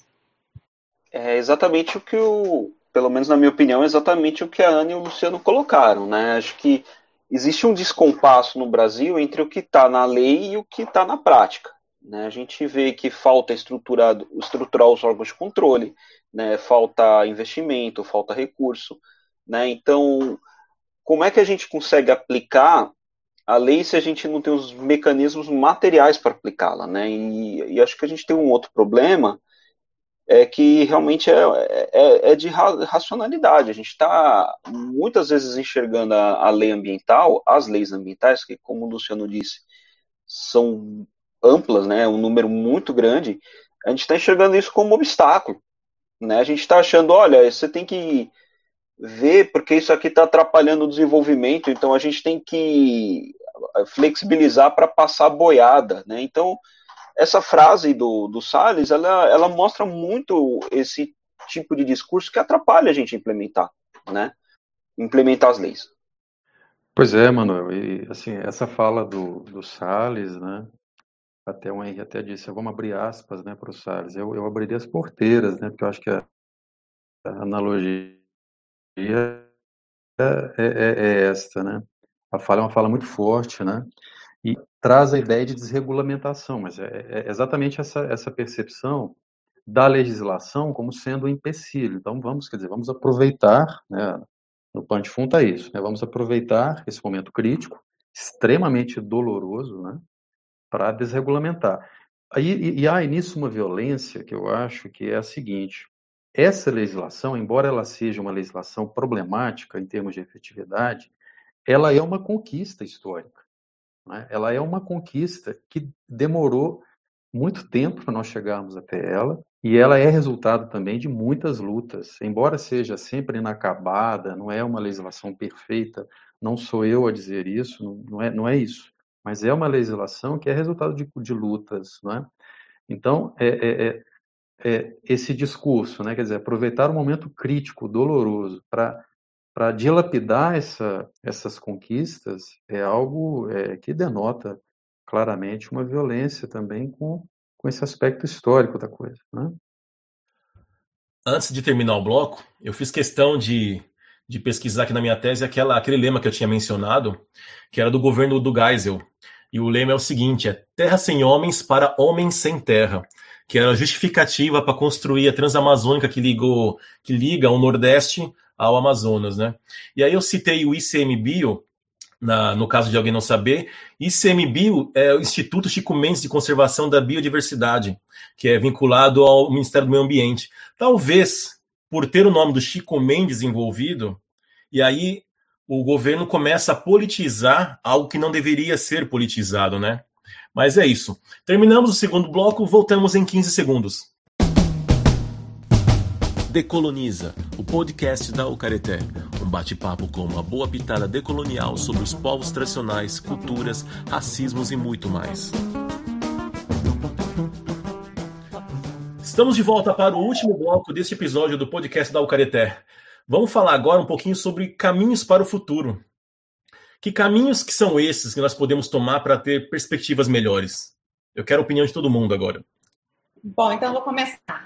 É exatamente o que o, pelo menos na minha opinião, é exatamente o que a Ana e o Luciano colocaram, né? Acho que existe um descompasso no Brasil entre o que está na lei e o que está na prática. Né, a gente vê que falta estruturar, estruturar os órgãos de controle, né, falta investimento, falta recurso. Né, então, como é que a gente consegue aplicar a lei se a gente não tem os mecanismos materiais para aplicá-la? Né, e, e acho que a gente tem um outro problema, é que realmente é, é, é de racionalidade. A gente está muitas vezes enxergando a, a lei ambiental, as leis ambientais, que, como o Luciano disse, são amplas, né, um número muito grande, a gente está enxergando isso como um obstáculo. Né? A gente está achando, olha, você tem que ver porque isso aqui está atrapalhando o desenvolvimento, então a gente tem que flexibilizar para passar boiada. Né? Então, essa frase do, do Salles, ela, ela mostra muito esse tipo de discurso que atrapalha a gente implementar, né? implementar as leis. Pois é, Manuel, e assim, essa fala do, do Salles, né? Até o Henrique até disse, vamos abrir aspas, né, para o Salles. Eu, eu abriria as porteiras, né, porque eu acho que a, a analogia é, é, é esta, né? A fala é uma fala muito forte, né? E traz a ideia de desregulamentação, mas é, é exatamente essa, essa percepção da legislação como sendo um empecilho. Então vamos, quer dizer, vamos aproveitar, né, no pano de fundo é isso, né? Vamos aproveitar esse momento crítico, extremamente doloroso, né? Para desregulamentar. Aí, e, e há nisso uma violência que eu acho que é a seguinte: essa legislação, embora ela seja uma legislação problemática em termos de efetividade, ela é uma conquista histórica. Né? Ela é uma conquista que demorou muito tempo para nós chegarmos até ela, e ela é resultado também de muitas lutas. Embora seja sempre inacabada, não é uma legislação perfeita, não sou eu a dizer isso, não, não, é, não é isso. Mas é uma legislação que é resultado de, de lutas, né? Então, é, é, é, é esse discurso, né? Quer dizer, aproveitar o momento crítico, doloroso, para para dilapidar essa, essas conquistas é algo é, que denota claramente uma violência também com, com esse aspecto histórico da coisa, né? Antes de terminar o bloco, eu fiz questão de de pesquisar aqui na minha tese aquela, aquele lema que eu tinha mencionado, que era do governo do Geisel. E o lema é o seguinte, é terra sem homens para homens sem terra, que era a justificativa para construir a Transamazônica que, ligou, que liga o Nordeste ao Amazonas. Né? E aí eu citei o I C M Bio, na, no caso de alguém não saber. I C M Bio é o Instituto Chico Mendes de Conservação da Biodiversidade, que é vinculado ao Ministério do Meio Ambiente. Talvez por ter o nome do Chico Mendes envolvido, e aí o governo começa a politizar algo que não deveria ser politizado, né? Mas é isso. Terminamos o segundo bloco, voltamos em quinze segundos. Decoloniza, o podcast da Ucareté. Um bate-papo com uma boa pitada decolonial sobre os povos tradicionais, culturas, racismos e muito mais. Estamos de volta para o último bloco deste episódio do podcast da Ucareté. Vamos falar agora um pouquinho sobre caminhos para o futuro. Que caminhos que são esses que nós podemos tomar para ter perspectivas melhores? Eu quero a opinião de todo mundo agora. Bom, então eu vou começar.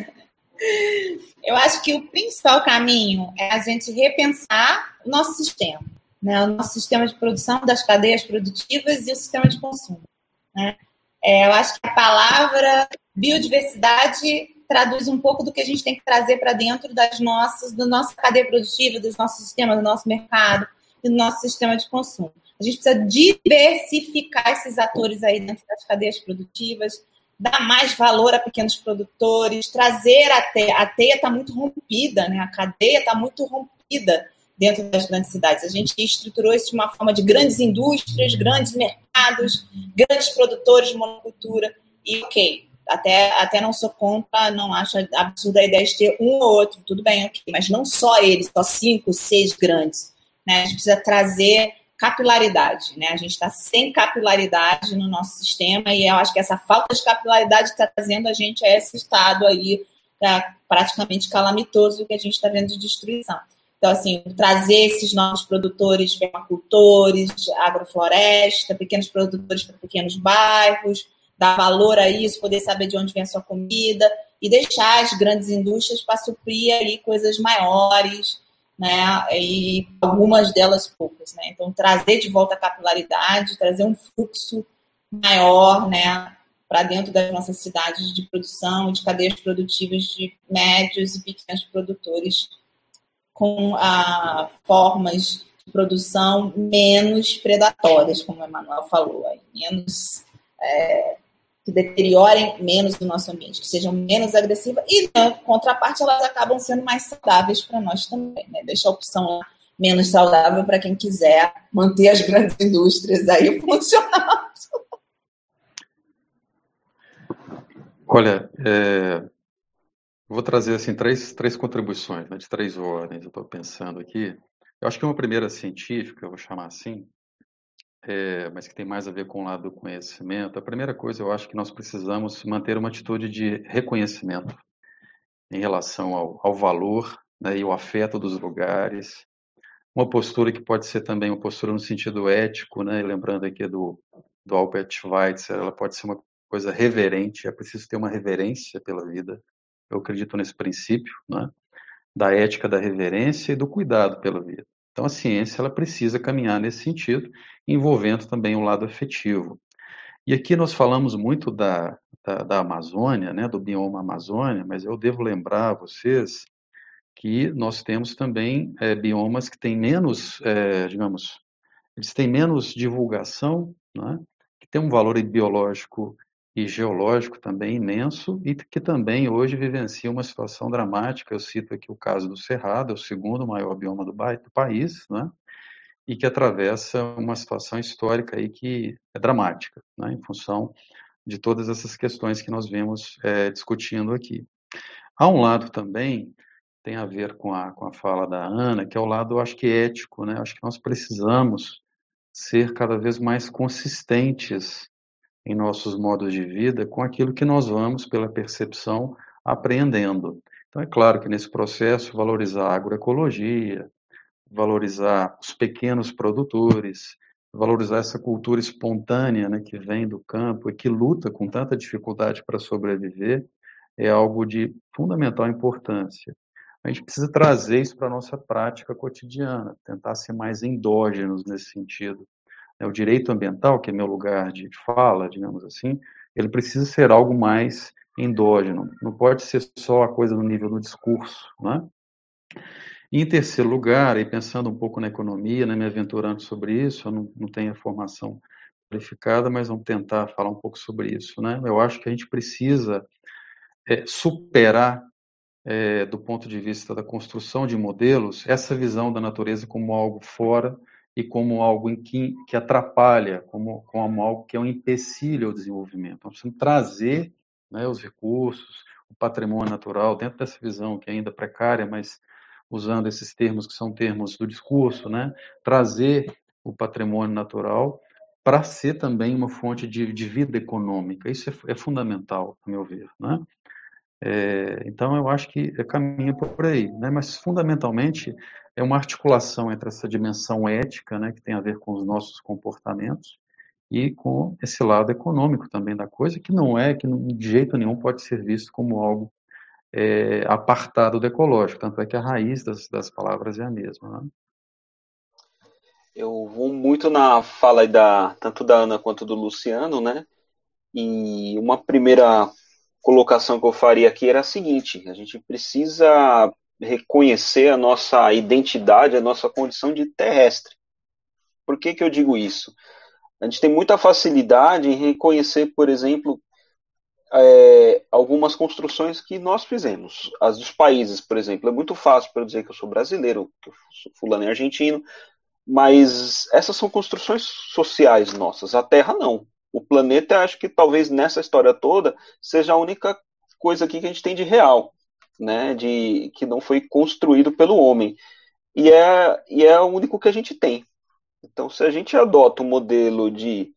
Eu acho que o principal caminho é a gente repensar o nosso sistema, né? O nosso sistema de produção das cadeias produtivas e o sistema de consumo, né? É, eu acho que a palavra biodiversidade traduz um pouco do que a gente tem que trazer para dentro das nossas, da nossa cadeia produtiva, dos nossos sistemas, do nosso mercado e do nosso sistema de consumo. A gente precisa diversificar esses atores aí dentro das cadeias produtivas, dar mais valor a pequenos produtores, trazer a teia. A teia está muito rompida, né? A cadeia está muito rompida dentro das grandes cidades. A gente estruturou isso de uma forma de grandes indústrias, grandes mercados, grandes produtores de monocultura. E, ok, até, até não sou contra, não acho absurda a ideia de ter um ou outro, tudo bem, ok, mas não só eles, só cinco, seis grandes, né? A gente precisa trazer capilaridade, né? A gente está sem capilaridade no nosso sistema e eu acho que essa falta de capilaridade está trazendo a gente a esse estado aí tá, praticamente calamitoso que a gente está vendo de destruição. Então, assim, trazer esses novos produtores, permacultores, agrofloresta, pequenos produtores para pequenos bairros, dar valor a isso, poder saber de onde vem a sua comida e deixar as grandes indústrias para suprir aí coisas maiores, né, e algumas delas poucas, né? Então, trazer de volta a capilaridade, trazer um fluxo maior, né, para dentro das nossas cidades de produção, de cadeias produtivas de médios e pequenos produtores com ah, formas de produção menos predatórias, como o Emanuel falou, aí, menos... É, que deteriorem menos o nosso ambiente, que sejam menos agressivas e, na contraparte, elas acabam sendo mais saudáveis para nós também, né? Deixa a opção lá menos saudável para quem quiser manter as grandes indústrias aí funcionando. Olha, é, vou trazer assim três, três contribuições, né, de três ordens, eu estou pensando aqui. Eu acho que uma primeira científica, eu vou chamar assim, É, mas que tem mais a ver com o lado do conhecimento. A primeira coisa, eu acho que nós precisamos manter uma atitude de reconhecimento em relação ao, ao valor, né, e o afeto dos lugares. Uma postura que pode ser também uma postura no sentido ético, né, lembrando aqui do, do Albert Schweitzer, ela pode ser uma coisa reverente, é preciso ter uma reverência pela vida. Eu acredito nesse princípio, né, da ética da reverência e do cuidado pela vida. Então, a ciência ela precisa caminhar nesse sentido, envolvendo também o lado afetivo. E aqui nós falamos muito da, da, da Amazônia, né, do bioma Amazônia, mas eu devo lembrar a vocês que nós temos também é, biomas que têm menos, é, digamos, eles têm menos divulgação, né, que tem um valor biológico e geológico também imenso e que também hoje vivencia uma situação dramática. Eu cito aqui o caso do Cerrado, é o segundo maior bioma do, do país, né? E que atravessa uma situação histórica aí que é dramática, né? Em função de todas essas questões que nós vemos é, discutindo aqui. Há um lado também, tem a ver com a, com a fala da Ana, que é o lado, eu acho que ético, né? Acho que nós precisamos ser cada vez mais consistentes em nossos modos de vida com aquilo que nós vamos, pela percepção, apreendendo. Então, é claro que nesse processo, valorizar a agroecologia, valorizar os pequenos produtores, valorizar essa cultura espontânea, né, que vem do campo e que luta com tanta dificuldade para sobreviver, é algo de fundamental importância. A gente precisa trazer isso para a nossa prática cotidiana, tentar ser mais endógenos nesse sentido. O direito ambiental, que é meu lugar de fala, digamos assim, ele precisa ser algo mais endógeno, não pode ser só a coisa no nível do discurso, né? E em terceiro lugar, e pensando um pouco na economia, né, me aventurando sobre isso, eu não, não tenho a formação qualificada, mas vamos tentar falar um pouco sobre isso, né? Eu acho que a gente precisa é, superar é, do ponto de vista da construção de modelos, essa visão da natureza como algo fora e como algo em que, que atrapalha, como, como algo que é um empecilho ao desenvolvimento. Nós precisamos trazer, né, os recursos, o patrimônio natural, dentro dessa visão que é ainda precária, mas usando esses termos que são termos do discurso, né, trazer o patrimônio natural para ser também uma fonte de, de vida econômica. Isso é, é fundamental, a meu ver, né? É, então, eu acho que caminha por aí, né? Mas, fundamentalmente, é uma articulação entre essa dimensão ética, né, que tem a ver com os nossos comportamentos, e com esse lado econômico também da coisa, que não é, que de jeito nenhum pode ser visto como algo é, apartado do ecológico, tanto é que a raiz das, das palavras é a mesma, né? Eu vou muito na fala aí da, tanto da Ana quanto do Luciano, né? E uma primeira colocação que eu faria aqui era a seguinte: a gente precisa reconhecer a nossa identidade, a nossa condição de terrestre. Por que que eu digo isso? A gente tem muita facilidade em reconhecer, por exemplo, é, algumas construções que nós fizemos. As dos países, por exemplo. É muito fácil para eu dizer que eu sou brasileiro, que eu sou fulano é argentino, mas essas são construções sociais nossas. A Terra não. O planeta, acho que talvez nessa história toda, seja a única coisa aqui que a gente tem de real, né? De, que não foi construído pelo homem. E é, e é o único que a gente tem. Então, se a gente adota um modelo de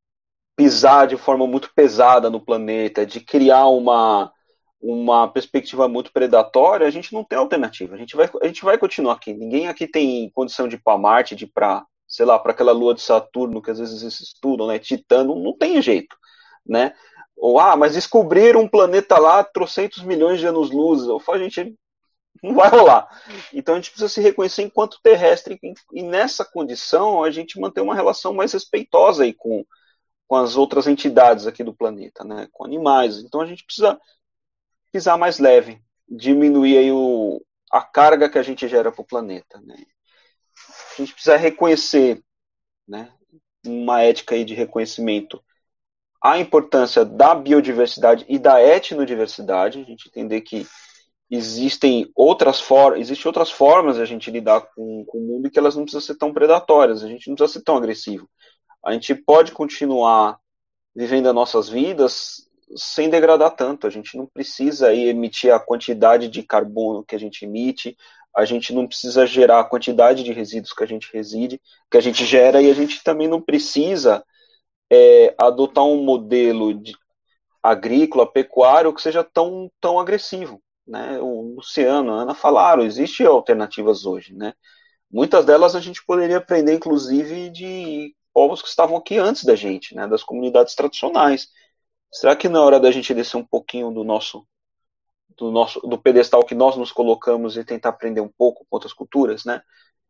pisar de forma muito pesada no planeta, de criar uma, uma perspectiva muito predatória, a gente não tem alternativa. A gente vai, a gente vai continuar aqui. Ninguém aqui tem condição de ir para Marte, de ir para, sei lá, para aquela lua de Saturno, que às vezes eles estudam, né? Titã, não, não tem jeito, né? Ou, ah, mas descobriram um planeta lá, trocentos milhões de anos-luz. Eu falo, gente, não vai rolar. Então a gente precisa se reconhecer enquanto terrestre, e nessa condição a gente manter uma relação mais respeitosa aí com, com as outras entidades aqui do planeta, né? Com animais. Então a gente precisa pisar mais leve, diminuir aí o, a carga que a gente gera para o planeta, né? A gente precisa reconhecer, né, uma ética aí de reconhecimento, a importância da biodiversidade e da etnodiversidade, a gente entender que existem outras, for existem outras formas de a gente lidar com, com o mundo, e que elas não precisam ser tão predatórias, a gente não precisa ser tão agressivo. A gente pode continuar vivendo as nossas vidas sem degradar tanto. A gente não precisa aí emitir a quantidade de carbono que a gente emite, a gente não precisa gerar a quantidade de resíduos que a gente reside, que a gente gera, e a gente também não precisa é, adotar um modelo de agrícola, pecuário, que seja tão, tão agressivo, né? O Luciano, a Ana falaram, existem alternativas hoje, né? Muitas delas a gente poderia aprender, inclusive, de povos que estavam aqui antes da gente, né? Das comunidades tradicionais. Será que não é hora da gente descer um pouquinho do nosso, do nosso, do pedestal que nós nos colocamos e tentar aprender um pouco com outras culturas, né?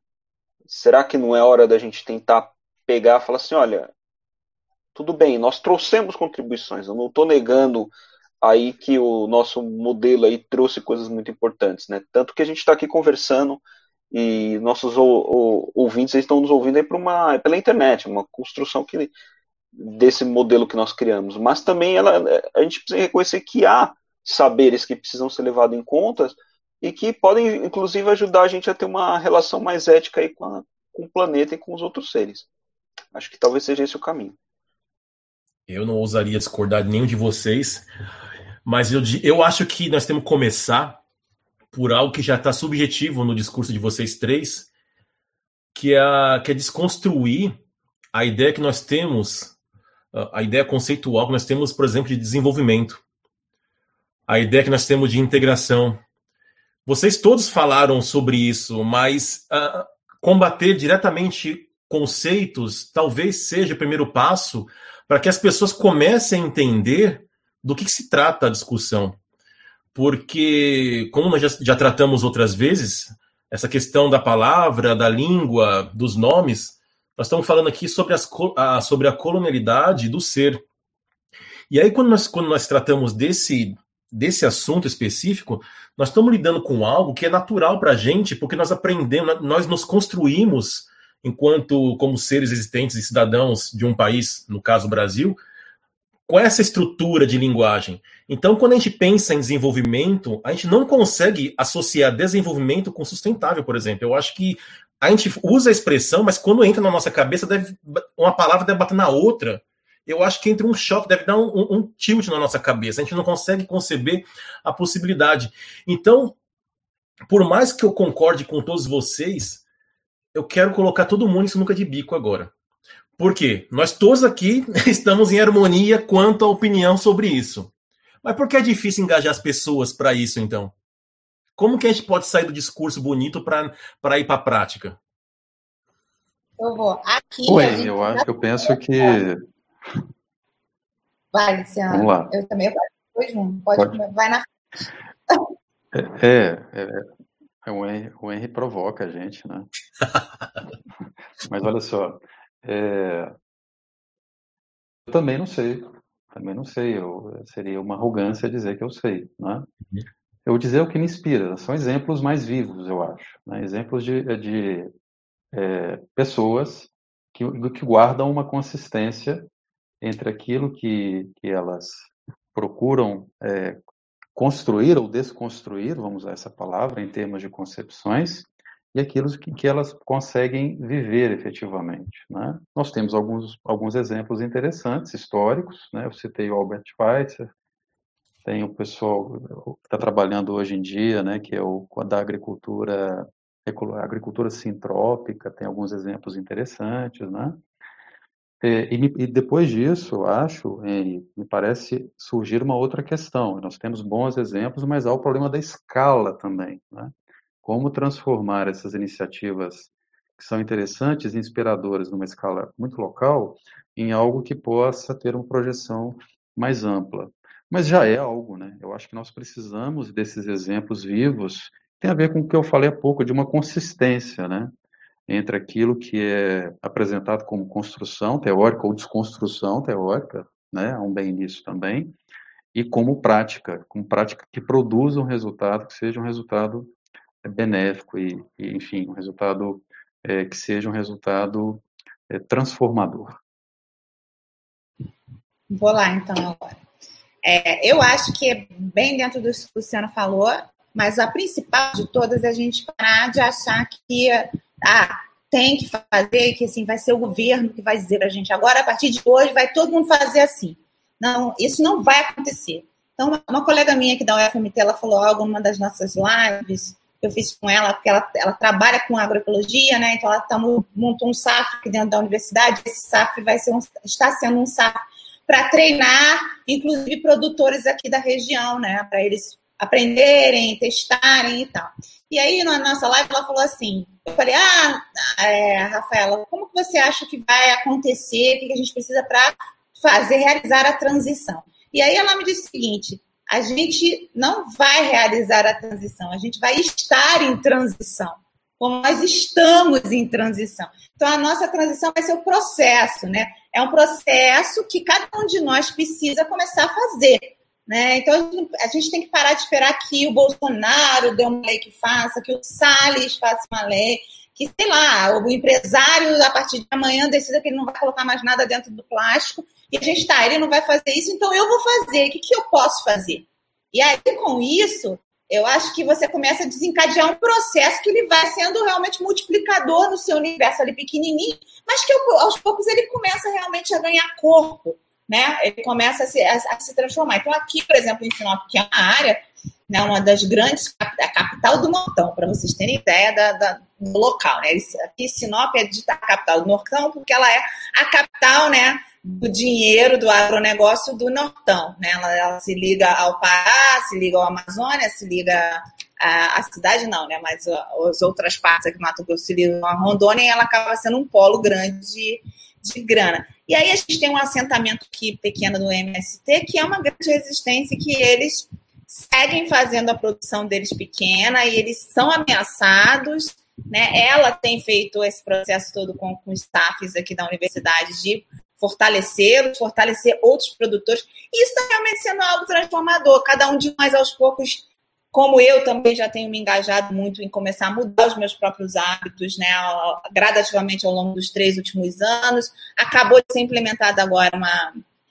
Será que não é hora da gente tentar pegar e falar assim, olha, tudo bem, nós trouxemos contribuições, eu não estou negando aí que o nosso modelo aí trouxe coisas muito importantes, né? Tanto que a gente está aqui conversando e nossos ou, ou, ouvintes estão nos ouvindo aí por uma, pela internet, uma construção que, desse modelo que nós criamos. Mas também ela, a gente precisa reconhecer que há saberes que precisam ser levados em conta e que podem, inclusive, ajudar a gente a ter uma relação mais ética aí com, a, com o planeta e com os outros seres. Acho que talvez seja esse o caminho. Eu não ousaria discordar de nenhum de vocês, mas eu, eu acho que nós temos que começar por algo que já está subjetivo no discurso de vocês três, que é, a, que é desconstruir a ideia que nós temos, a ideia conceitual que nós temos, por exemplo, de desenvolvimento, a ideia que nós temos de integração. Vocês todos falaram sobre isso, mas uh, combater diretamente conceitos talvez seja o primeiro passo para que as pessoas comecem a entender do que, que se trata a discussão. Porque, como nós já, já tratamos outras vezes, essa questão da palavra, da língua, dos nomes, nós estamos falando aqui sobre, as, a, sobre a colonialidade do ser. E aí, quando nós, quando nós tratamos desse, desse assunto específico, nós estamos lidando com algo que é natural para a gente, porque nós aprendemos, nós nos construímos enquanto como seres existentes e cidadãos de um país, no caso Brasil, com essa estrutura de linguagem. Então, quando a gente pensa em desenvolvimento, a gente não consegue associar desenvolvimento com sustentável, por exemplo. Eu acho que a gente usa a expressão, mas quando entra na nossa cabeça, deve, uma palavra deve bater na outra. Eu acho que entra um choque, deve dar um, um, um tilt na nossa cabeça. A gente não consegue conceber a possibilidade. Então, por mais que eu concorde com todos vocês, eu quero colocar todo mundo em sinuca de bico agora. Por quê? Nós todos aqui estamos em harmonia quanto à opinião sobre isso. Mas por que é difícil engajar as pessoas para isso, então? Como que a gente pode sair do discurso bonito para ir para a prática? Eu vou. Aqui. Oi, eu acho que eu penso que. Vai, Luciano. Vamos lá. Eu também pode, pode, pode. Vai na É, é, é o, Henry, o Henry provoca a gente, né? Mas olha só, é, eu também não sei, também não sei, eu, seria uma arrogância dizer que eu sei, né? Eu vou dizer o que me inspira, são exemplos mais vivos, eu acho, né? Exemplos de, de é, pessoas que, que guardam uma consistência entre aquilo que, que elas procuram é, construir ou desconstruir, vamos usar essa palavra em termos de concepções, e aquilo que, que elas conseguem viver efetivamente, né? Nós temos alguns, alguns exemplos interessantes, históricos, né? Eu citei o Albert Schweitzer, tem o pessoal que está trabalhando hoje em dia, né, que é o da agricultura, agricultura sintrópica, tem alguns exemplos interessantes, né? E, e depois disso, eu acho, e me parece surgir uma outra questão. Nós temos bons exemplos, mas há o problema da escala também, né? Como transformar essas iniciativas que são interessantes e inspiradoras numa escala muito local em algo que possa ter uma projeção mais ampla. Mas já é algo, né? Eu acho que nós precisamos desses exemplos vivos. Tem a ver com o que eu falei há pouco, de uma consistência, né? Entre aquilo que é apresentado como construção teórica ou desconstrução teórica, né, há um bem nisso também, e como prática, como prática que produza um resultado, que seja um resultado benéfico e, e enfim, um resultado é, que seja um resultado é, transformador. Vou lá, então, agora. É, eu acho que é bem dentro do que o Luciano falou, mas a principal de todas é a gente parar de achar que ah, tem que fazer, que assim, vai ser o governo que vai dizer para a gente agora, a partir de hoje, vai todo mundo fazer assim. Não, isso não vai acontecer. Então, uma, uma colega minha aqui da U F M T, ela falou algo numa das nossas lives, que eu fiz com ela, porque ela, ela trabalha com agroecologia, né? Então, ela tá, montou um S A F aqui dentro da universidade, esse S A F vai ser um, está sendo um S A F para treinar, inclusive, produtores aqui da região, né? Para eles aprenderem, testarem e tal. E aí, na nossa live, ela falou assim, eu falei, ah, é, Rafaela, como que você acha que vai acontecer, o que a gente precisa para fazer, realizar a transição? E aí ela me disse o seguinte, a gente não vai realizar a transição, a gente vai estar em transição, como nós estamos em transição. Então, a nossa transição vai ser o processo, né? É um processo que cada um de nós precisa começar a fazer. Né? Então, a gente tem que parar de esperar que o Bolsonaro dê uma lei que faça, que o Salles faça uma lei, que, sei lá, o empresário, a partir de amanhã, decida que ele não vai colocar mais nada dentro do plástico, e a gente, tá, ele não vai fazer isso, então eu vou fazer. O que, que eu posso fazer? E aí, com isso, eu acho que você começa a desencadear um processo que ele vai sendo realmente multiplicador no seu universo ali pequenininho, mas que aos poucos ele começa realmente a ganhar corpo. Né? Ele começa a se, a, a se transformar. Então, aqui, por exemplo, em Sinop, que é uma área, né, uma das grandes, a capital do Nortão, para vocês terem ideia da, da, do local. Né? Aqui, Sinop é dita a capital do Nortão, porque ela é a capital, né, do dinheiro, do agronegócio do Nortão. Né? Ela, ela se liga ao Pará, se liga ao Amazônia, se liga à, à cidade, não, né? Mas as outras partes aqui do Mato Grosso se ligam a Rondônia, e ela acaba sendo um polo grande de, de grana. E aí a gente tem um assentamento aqui pequeno do M S T, que é uma grande resistência, que eles seguem fazendo a produção deles pequena e eles são ameaçados, né? Ela tem feito esse processo todo com, com staffs aqui da universidade de fortalecê-los, fortalecer outros produtores. E isso está realmente sendo algo transformador. Cada um de nós, aos poucos, como eu também já tenho me engajado muito em começar a mudar os meus próprios hábitos, né, gradativamente ao longo dos três últimos anos, acabou de ser implementada agora uma,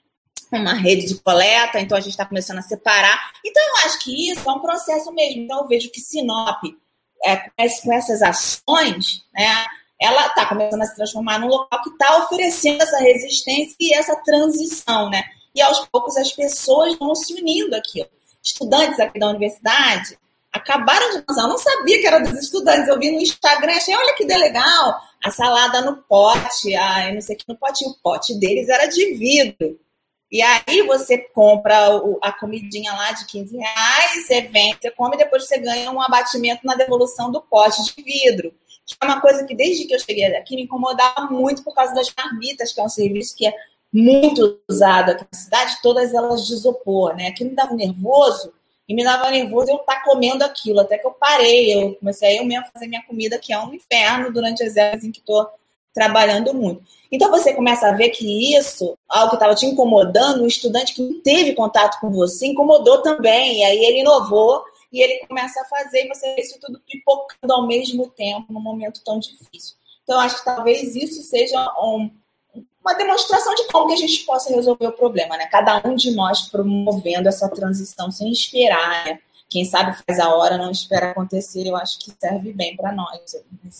uma rede de coleta, então a gente está começando a separar. Então, eu acho que isso é um processo mesmo. Então, eu vejo que Sinop, é, com essas ações, né, ela está começando a se transformar num local que está oferecendo essa resistência e essa transição, né? E, aos poucos, as pessoas vão se unindo aqui. Estudantes aqui da universidade acabaram de lançar. Eu não sabia que era dos estudantes. Eu vi no Instagram, achei, olha que legal, a salada no pote, a, eu não sei o que no pote. O pote deles era de vidro. E aí você compra a comidinha lá de quinze reais, você vem, você come e depois você ganha um abatimento na devolução do pote de vidro. Que é uma coisa que desde que eu cheguei aqui me incomodava muito por causa das marmitas, que é um serviço que é muito usado aqui na cidade, todas elas de isopor, né? Aqui me dava nervoso, e me dava nervoso eu estar comendo aquilo, até que eu parei, eu comecei eu mesmo a fazer minha comida, que é um inferno durante as épocas em que estou trabalhando muito. Então você começa a ver que isso, algo que estava te incomodando, um estudante que não teve contato com você, incomodou também, e aí ele inovou, e ele começa a fazer, e você vê isso tudo pipocando ao mesmo tempo, num momento tão difícil. Então, eu acho que talvez isso seja um, uma demonstração de como que a gente possa resolver o problema, né? Cada um de nós promovendo essa transição sem esperar, né? Quem sabe faz a hora, não espera acontecer, eu acho que serve bem para nós.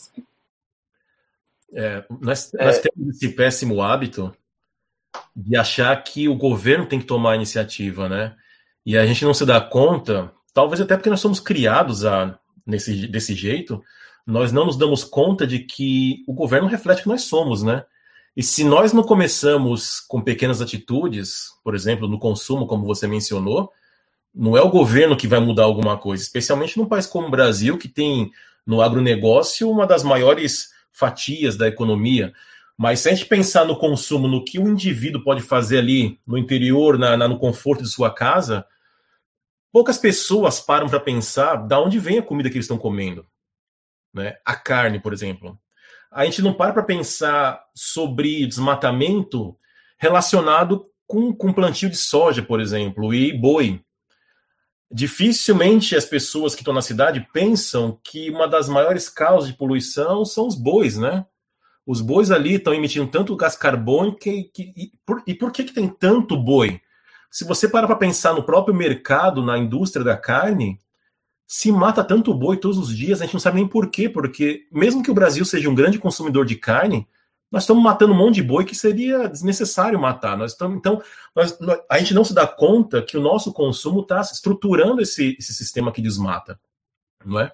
É, nós, nós temos esse péssimo hábito de achar que o governo tem que tomar a iniciativa, né? E a gente não se dá conta, talvez até porque nós somos criados a, nesse, desse jeito, nós não nos damos conta de que o governo reflete o que nós somos, né? E se nós não começamos com pequenas atitudes, por exemplo, no consumo, como você mencionou, não é o governo que vai mudar alguma coisa, especialmente num país como o Brasil, que tem no agronegócio uma das maiores fatias da economia. Mas se a gente pensar no consumo, no que o indivíduo pode fazer ali no interior, na, na, no conforto de sua casa, poucas pessoas param para pensar de onde vem a comida que eles estão comendo, né? A carne, por exemplo. A gente não para para pensar sobre desmatamento relacionado com, com plantio de soja, por exemplo, e boi. Dificilmente as pessoas que estão na cidade pensam que uma das maiores causas de poluição são os bois, né? Os bois ali estão emitindo tanto gás carbônico que, que, e, por, e por que, que tem tanto boi? Se você parar para pensar no próprio mercado, na indústria da carne, se mata tanto boi todos os dias, a gente não sabe nem por quê, porque mesmo que o Brasil seja um grande consumidor de carne, nós estamos matando um monte de boi que seria desnecessário matar. Nós estamos, então, nós, a gente não se dá conta que o nosso consumo está estruturando esse, esse sistema que desmata, não é?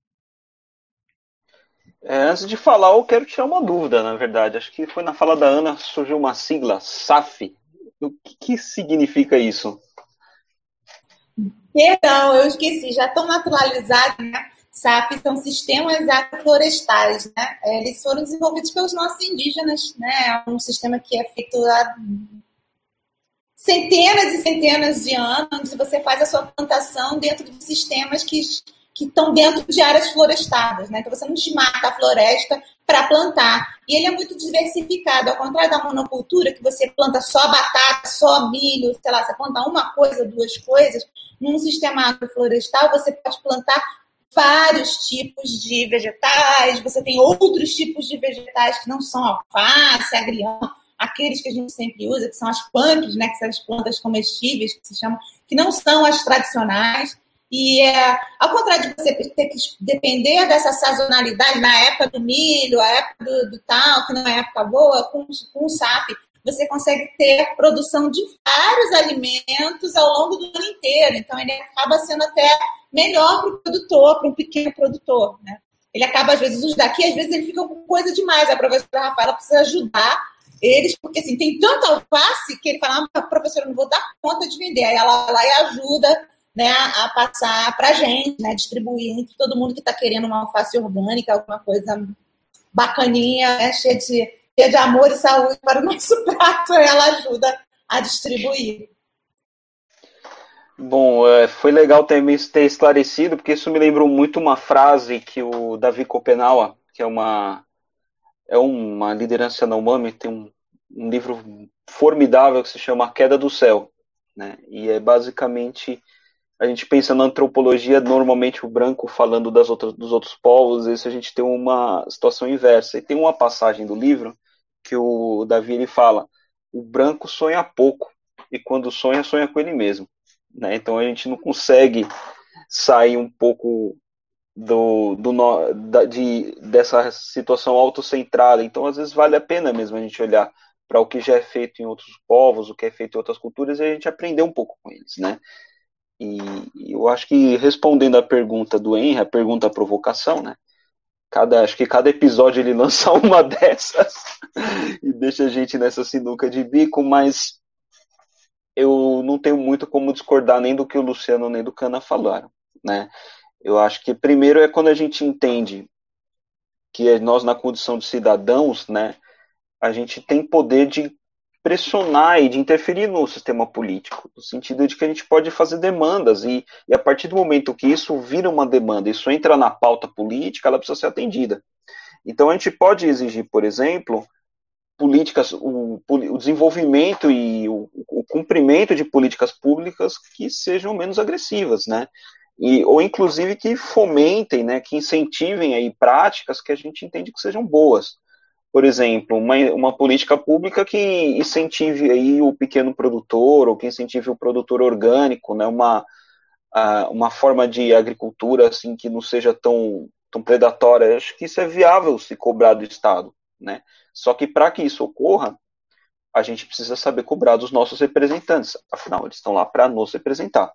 É, antes de falar, eu quero tirar uma dúvida, na verdade. Acho que foi na fala da Ana, surgiu uma sigla, S A F. O que, que significa isso? Perdão, eu esqueci, já estão naturalizados, né? S A F são sistemas agroflorestais, né? Eles foram desenvolvidos pelos nossos indígenas, né? É um sistema que é feito há centenas e centenas de anos, onde você faz a sua plantação dentro de sistemas que, que estão dentro de áreas florestadas, né? Então você não desmata a floresta para plantar. E ele é muito diversificado, ao contrário da monocultura, que você planta só batata, só milho, sei lá, você planta uma coisa, duas coisas. Num sistema agroflorestal, você pode plantar vários tipos de vegetais, você tem outros tipos de vegetais que não são alface, agrião, aqueles que a gente sempre usa, que são as punks, né, que são as plantas comestíveis, que se chamam, que não são as tradicionais. E é, ao contrário de você ter que depender dessa sazonalidade na época do milho, a época do, do tal, que não é época boa, com, com o S A F, você consegue ter produção de vários alimentos ao longo do ano inteiro. Então, ele acaba sendo até melhor para o produtor, para um pequeno produtor, né? Ele acaba, às vezes, os daqui, às vezes, ele fica com coisa demais. A professora Rafaela precisa ajudar eles, porque, assim, tem tanta alface que ele fala, ah, professora, eu não vou dar conta de vender. Aí ela vai lá e ajuda, né, a passar para a gente, né, distribuir entre todo mundo que está querendo uma alface orgânica, alguma coisa bacaninha, né, cheia de, cheia de amor e saúde para o nosso prato. Ela ajuda a distribuir. Bom, foi legal também ter esclarecido, porque isso me lembrou muito uma frase que o Davi Kopenawa, que é uma, é uma liderança na Umami, tem um, um livro formidável que se chama A Queda do Céu, né? E é basicamente, a gente pensa na antropologia, normalmente o branco falando das outras, dos outros povos, isso a gente tem uma situação inversa. E tem uma passagem do livro que o Davi ele fala, o branco sonha pouco, e quando sonha, sonha com ele mesmo, né? Então a gente não consegue sair um pouco do, do da, de, dessa situação autocentrada. Então às vezes vale a pena mesmo a gente olhar para o que já é feito em outros povos, o que é feito em outras culturas, e a gente aprender um pouco com eles, né? E, e eu acho que respondendo a pergunta do Henry, a pergunta a provocação, né? Cada, acho que cada episódio ele lança uma dessas e deixa a gente nessa sinuca de bico, mas eu não tenho muito como discordar nem do que o Luciano nem do Cana falaram, né? Eu acho que primeiro é quando a gente entende que nós, na condição de cidadãos, né, a gente tem poder de pressionar e de interferir no sistema político, no sentido de que a gente pode fazer demandas, e, e a partir do momento que isso vira uma demanda, isso entra na pauta política, ela precisa ser atendida. Então a gente pode exigir, por exemplo, políticas, o, o desenvolvimento e o, o cumprimento de políticas públicas que sejam menos agressivas, né? E, ou inclusive que fomentem, né, que incentivem aí práticas que a gente entende que sejam boas. Por exemplo, uma, uma política pública que incentive aí o pequeno produtor, ou que incentive o produtor orgânico, né, uma, uma forma de agricultura assim, que não seja tão, tão predatória. Acho que isso é viável se cobrar do Estado, né? Só que para que isso ocorra, a gente precisa saber cobrar dos nossos representantes, afinal, eles estão lá para nos representar.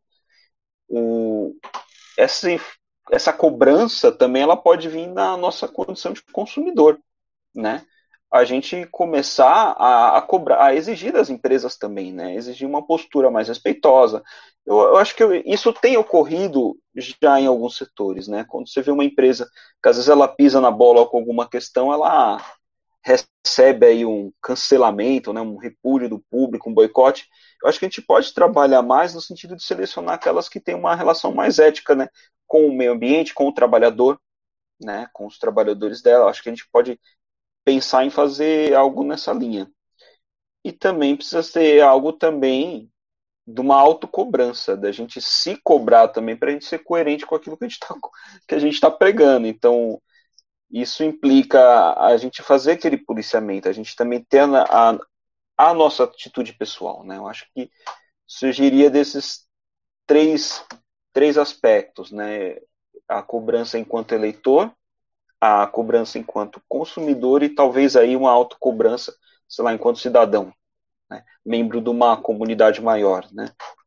O, essa, essa cobrança também ela pode vir na nossa condição de consumidor, né? A gente começar a, a cobrar, a exigir das empresas também, né? Exigir uma postura mais respeitosa. Eu, eu acho que eu, isso tem ocorrido já em alguns setores, né? Quando você vê uma empresa que às vezes ela pisa na bola com alguma questão, ela recebe aí um cancelamento, né? Um repúdio do público, um boicote. Eu acho que a gente pode trabalhar mais no sentido de selecionar aquelas que têm uma relação mais ética, né? Com o meio ambiente, com o trabalhador, né? Com os trabalhadores dela. Eu acho que a gente pode pensar em fazer algo nessa linha. E também precisa ser algo também de uma autocobrança, da gente se cobrar também para a gente ser coerente com aquilo que a gente está que a gente está pregando. Então, isso implica a gente fazer aquele policiamento, a gente também ter a, a, a nossa atitude pessoal, né? Eu acho que surgiria desses três, três aspectos, né? A cobrança enquanto eleitor, a cobrança enquanto consumidor e talvez aí uma autocobrança, sei lá, enquanto cidadão, né? Membro de uma comunidade maior, né?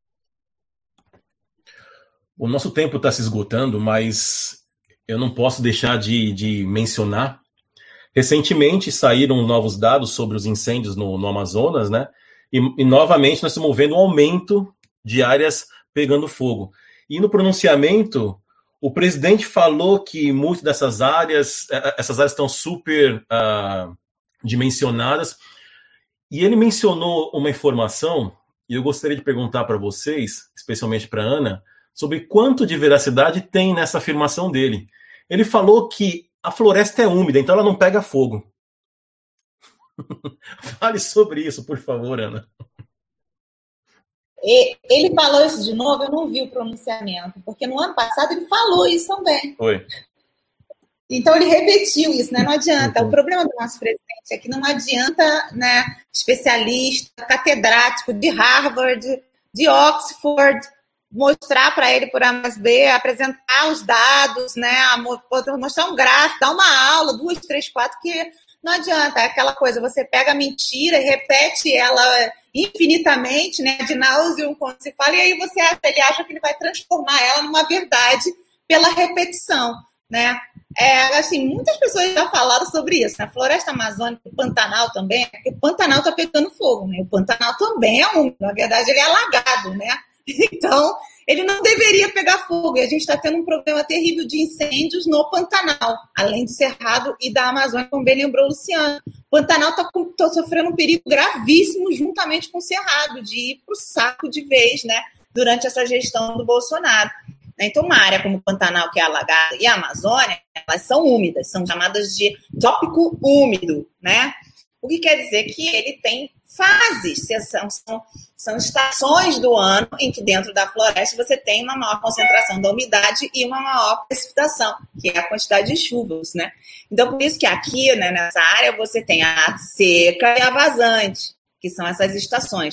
O nosso tempo está se esgotando, mas eu não posso deixar de, de mencionar. Recentemente saíram novos dados sobre os incêndios no, no Amazonas, né? E, e novamente nós estamos vendo um aumento de áreas pegando fogo. E no pronunciamento, o presidente falou que muitas dessas áreas, essas áreas estão super uh, dimensionadas. E ele mencionou uma informação, e eu gostaria de perguntar para vocês, especialmente para a Ana, sobre quanto de veracidade tem nessa afirmação dele. Ele falou que a floresta é úmida, então ela não pega fogo. Fale sobre isso, por favor, Ana. Ele falou isso de novo, eu não vi o pronunciamento, porque no ano passado ele falou isso também. Foi. Então ele repetiu isso, né? Não adianta. Uhum. O problema do nosso presidente é que não adianta, né, especialista, catedrático de Harvard, de Oxford, mostrar para ele por A mais B, apresentar os dados, né, mostrar um gráfico, dar uma aula, duas, três, quatro, que não adianta. É aquela coisa, você pega a mentira e repete ela infinitamente, né, de nauseam quando se fala, e aí você acha, ele acha que ele vai transformar ela numa verdade pela repetição, né? É, assim, muitas pessoas já falaram sobre isso, né? Floresta Amazônica, o Pantanal também, porque o Pantanal está pegando fogo, né? O Pantanal também é úmido, na verdade ele é alagado, né? Então, ele não deveria pegar fogo, e a gente está tendo um problema terrível de incêndios no Pantanal, além do Cerrado e da Amazônia, como bem lembrou o Luciano. O Pantanal está tá sofrendo um perigo gravíssimo juntamente com o Cerrado, de ir para o saco de vez, né? Durante essa gestão do Bolsonaro. Então, uma área como o Pantanal, que é alagada, e a Amazônia, elas são úmidas, são chamadas de tópico úmido, né? O que quer dizer que ele tem fases, são, são, são estações do ano em que dentro da floresta você tem uma maior concentração da umidade e uma maior precipitação, que é a quantidade de chuvas, né? Então, por isso que aqui, né, nessa área, você tem a seca e a vazante, que são essas estações.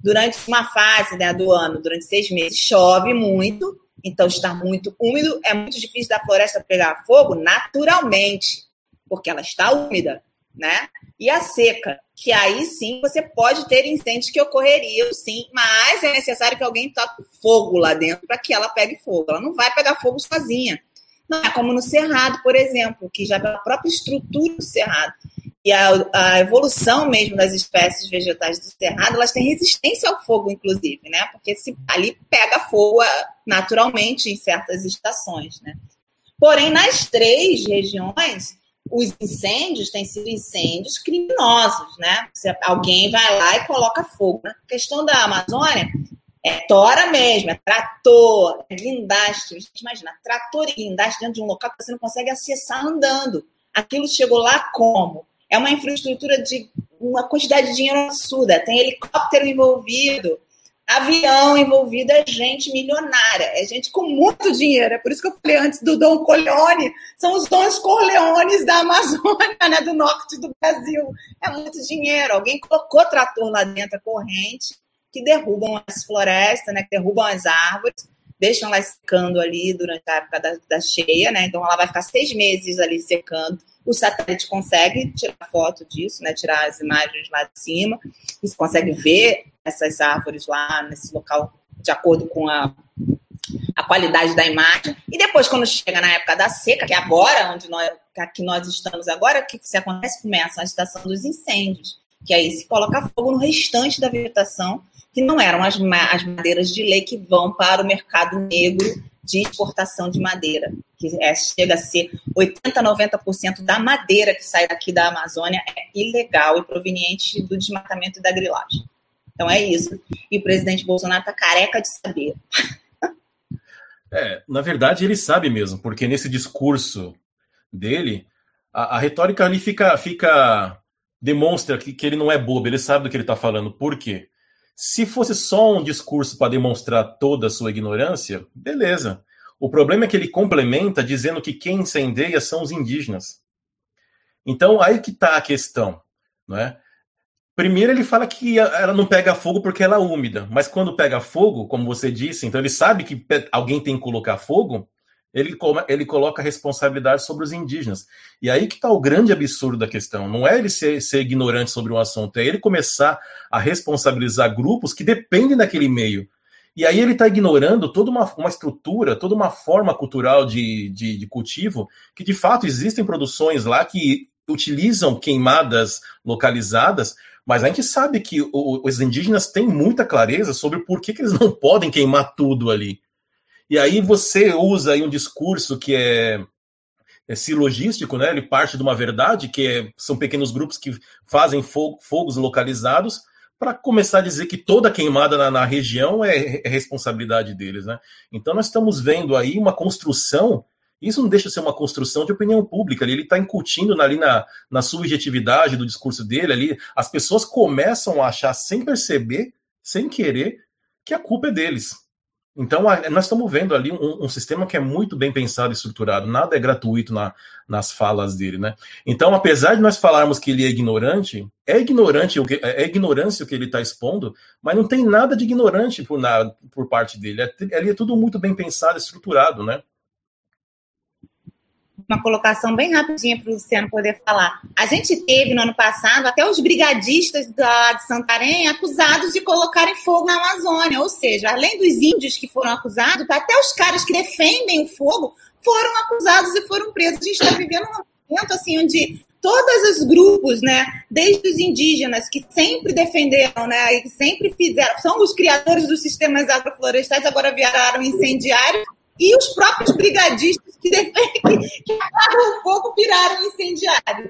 durante uma fase, né, do ano, durante seis meses, chove muito, então está muito úmido, é muito difícil da floresta pegar fogo naturalmente, porque ela está úmida, né? E a seca, que aí sim você pode ter incêndios que ocorreriam, sim, mas é necessário que alguém toque fogo lá dentro para que ela pegue fogo. Ela não vai pegar fogo sozinha. Não é como no cerrado, por exemplo, que já pela própria estrutura do cerrado e a, a evolução mesmo das espécies vegetais do cerrado, elas têm resistência ao fogo, inclusive, né? Porque se ali pega fogo naturalmente em certas estações, né? Porém, nas três regiões, os incêndios têm sido incêndios criminosos, né? Se alguém vai lá e coloca fogo. Na questão da Amazônia, é tora mesmo, é trator, é guindaste. Gente, imagina, trator e guindaste dentro de um local que você não consegue acessar andando. Aquilo chegou lá como? É uma infraestrutura de uma quantidade de dinheiro absurda. Tem helicóptero envolvido, avião envolvido, é gente milionária, é gente com muito dinheiro. É por isso que eu falei antes do Dom Corleone, são os Dons Corleones da Amazônia, né, do norte do Brasil. É muito dinheiro. Alguém colocou trator lá dentro, a corrente, que derrubam as florestas, né, que derrubam as árvores, deixam ela secando ali durante a época da, da cheia, né? Então ela vai ficar seis meses ali secando. O satélite consegue tirar foto disso, né? Tirar as imagens lá de cima. E você consegue ver essas árvores lá nesse local de acordo com a, a qualidade da imagem. E depois, quando chega na época da seca, que é agora, onde nós, que nós estamos agora, o que, que acontece? Começa a estação dos incêndios, que aí se coloca fogo no restante da vegetação, que não eram as, as madeiras de lei que vão para o mercado negro de exportação de madeira, que é, chega a ser oitenta, noventa por cento da madeira que sai daqui da Amazônia é ilegal e proveniente do desmatamento e da grilagem. Então é isso. E o presidente Bolsonaro está careca de saber. É, na verdade, ele sabe mesmo, porque nesse discurso dele, a, a retórica ali fica, fica demonstra que, que ele não é bobo, ele sabe do que ele está falando. Por quê? Se fosse só um discurso para demonstrar toda a sua ignorância, beleza. O problema é que ele complementa dizendo que quem incendeia são os indígenas. Então, aí que está a questão, não é? Primeiro ele fala que ela não pega fogo porque ela é úmida, mas quando pega fogo, como você disse, então ele sabe que alguém tem que colocar fogo, ele, ele coloca a responsabilidade sobre os indígenas. E aí que está o grande absurdo da questão. Não é ele ser, ser ignorante sobre um assunto, é ele começar a responsabilizar grupos que dependem daquele meio. E aí ele está ignorando toda uma, uma estrutura, toda uma forma cultural de, de, de cultivo, que de fato existem produções lá que utilizam queimadas localizadas, mas a gente sabe que o, os indígenas têm muita clareza sobre por que, que eles não podem queimar tudo ali. E aí você usa aí um discurso que é, é silogístico, né? Ele parte de uma verdade, que é, são pequenos grupos que fazem fogo, fogos localizados, para começar a dizer que toda queimada na, na região é, é responsabilidade deles, né? Então nós estamos vendo aí uma construção, isso não deixa de ser uma construção de opinião pública, ele está incutindo ali na, na subjetividade do discurso dele, ali as pessoas começam a achar, sem perceber, sem querer, que a culpa é deles. Então, nós estamos vendo ali um, um sistema que é muito bem pensado e estruturado. Nada é gratuito na, nas falas dele, né? Então, apesar de nós falarmos que ele é ignorante, é ignorante, é ignorância o que ele está expondo, mas não tem nada de ignorante por, na, por parte dele. É, ali é tudo muito bem pensado e estruturado, né? Uma colocação bem rapidinha para o Luciano poder falar. A gente teve, no ano passado, até os brigadistas da, de Santarém acusados de colocarem fogo na Amazônia. Ou seja, além dos índios que foram acusados, até os caras que defendem o fogo foram acusados e foram presos. A gente está vivendo um momento assim, onde todos os grupos, né, desde os indígenas, que sempre defenderam, né, e que sempre fizeram, são os criadores dos sistemas agroflorestais, agora viraram incendiários, e os próprios brigadistas que defendem, que apagam o fogo, viraram incendiários.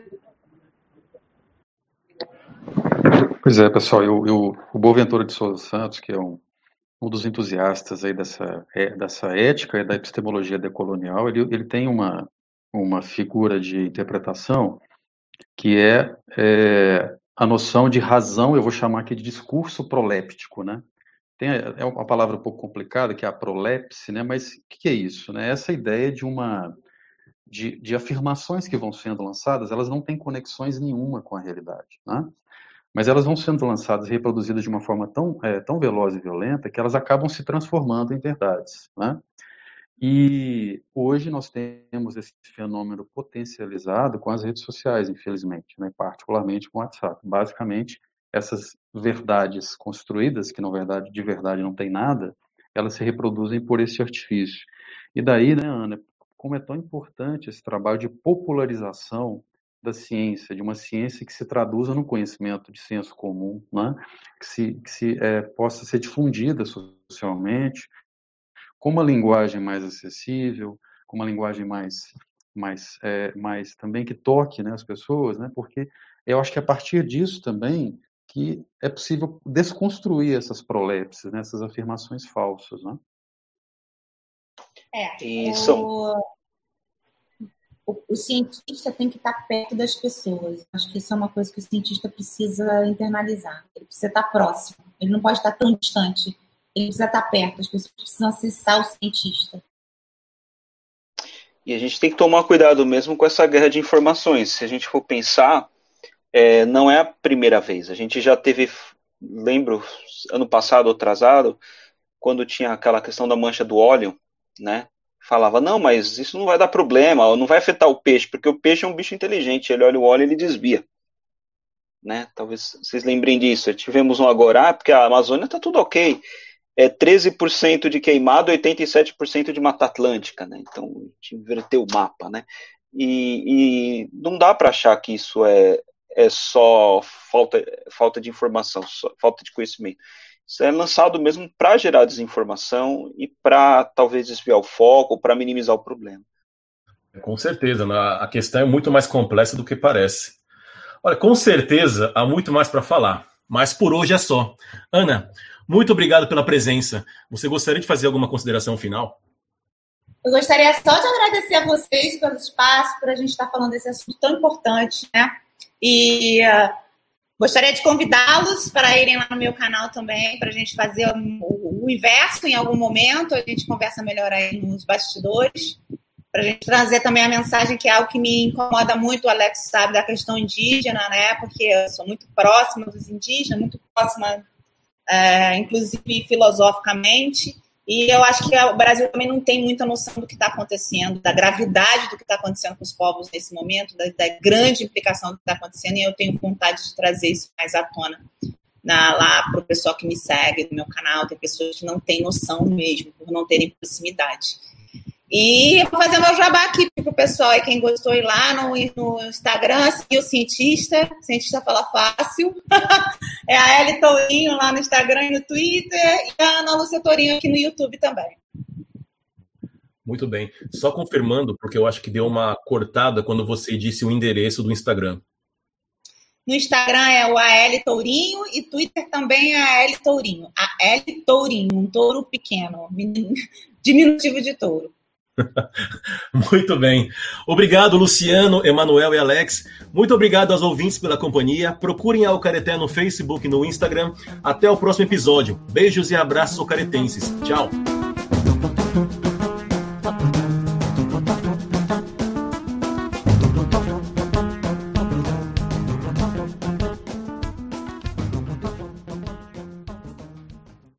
Pois é, pessoal, eu, eu, o Boaventura de Souza Santos, que é um, um dos entusiastas aí dessa, é, dessa ética e da epistemologia decolonial, ele, ele tem uma, uma figura de interpretação que é, é a noção de razão, eu vou chamar aqui de discurso proléptico, né? Tem, é uma palavra um pouco complicada, que é a prolepse, né? Mas o que é isso, né? Essa ideia de uma de, de afirmações que vão sendo lançadas, elas não têm conexões nenhuma com a realidade, né? mas elas vão sendo lançadas e reproduzidas de uma forma tão, é, tão veloz e violenta que elas acabam se transformando em verdades, né? E hoje nós temos esse fenômeno potencializado com as redes sociais, infelizmente, né? Particularmente com o WhatsApp. Basicamente, essas verdades construídas, que na verdade de verdade não tem nada, elas se reproduzem por esse artifício. E daí, né, Ana, como é tão importante esse trabalho de popularização da ciência, de uma ciência que se traduza no conhecimento de senso comum, né? que se, que se é, possa ser difundida socialmente, com uma linguagem mais acessível, com uma linguagem mais, mais, é, mais também que toque, né, as pessoas, né? Porque eu acho que a partir disso também que é possível desconstruir essas prolepses, né, essas afirmações falsas, né? É, Isso. O, o, o cientista tem que estar perto das pessoas. Acho que isso é uma coisa que o cientista precisa internalizar. Ele precisa estar próximo. Ele não pode estar tão distante. Ele precisa estar perto. As pessoas precisam acessar o cientista. E a gente tem que tomar cuidado mesmo com essa guerra de informações. Se a gente for pensar, é, não é a primeira vez. A gente já teve, lembro, ano passado, atrasado, quando tinha aquela questão da mancha do óleo, né? Falava, não, mas isso não vai dar problema, não vai afetar o peixe, porque o peixe é um bicho inteligente, ele olha o óleo e ele desvia. Né? Talvez vocês lembrem disso. Tivemos um agora, ah, porque a Amazônia está tudo ok. É treze por cento de queimado, oitenta e sete por cento de Mata Atlântica, né? Então, a gente inverteu o mapa, né? E, e não dá para achar que isso é, é só falta, falta de informação, só, falta de conhecimento. Isso é lançado mesmo para gerar desinformação e para talvez desviar o foco, para minimizar o problema. Com certeza, a questão é muito mais complexa do que parece. Olha, com certeza há muito mais para falar, mas por hoje é só. Ana, muito obrigado pela presença. Você gostaria de fazer alguma consideração final? Eu gostaria só de agradecer a vocês pelo espaço, por a gente estar falando desse assunto tão importante, né? E uh, gostaria de convidá-los para irem lá no meu canal também, para a gente fazer o, o inverso em algum momento. A gente conversa melhor aí nos bastidores, para a gente trazer também a mensagem, que é algo que me incomoda muito, o Alex sabe, da questão indígena, né? Porque eu sou muito próxima dos indígenas, muito próxima, é, inclusive filosoficamente, e eu acho que o Brasil também não tem muita noção do que está acontecendo, da gravidade do que está acontecendo com os povos nesse momento, da, da grande implicação do que está acontecendo, e eu tenho vontade de trazer isso mais à tona na, lá para o pessoal que me segue no meu canal. Tem pessoas que não têm noção mesmo, por não terem proximidade. E eu vou fazer meu jabá aqui para o pessoal aí, quem gostou, ir lá no, no Instagram, seguir o Cientista, Cientista Fala Fácil, é a Eli Tourinho lá no Instagram e no Twitter, e a Ana Lúcia Tourinho aqui no YouTube também. Muito bem. Só confirmando, porque eu acho que deu uma cortada quando você disse o endereço do Instagram. No Instagram é o A L Tourinho e Twitter também é a Eli Tourinho. A Eli Tourinho, um touro pequeno, diminutivo de touro. Muito bem. Obrigado, Luciano, Emanuel e Alex. Muito obrigado aos ouvintes pela companhia. Procurem a Ocareté no Facebook e no Instagram. Até o próximo episódio. Beijos e abraços ocaretenses. Tchau.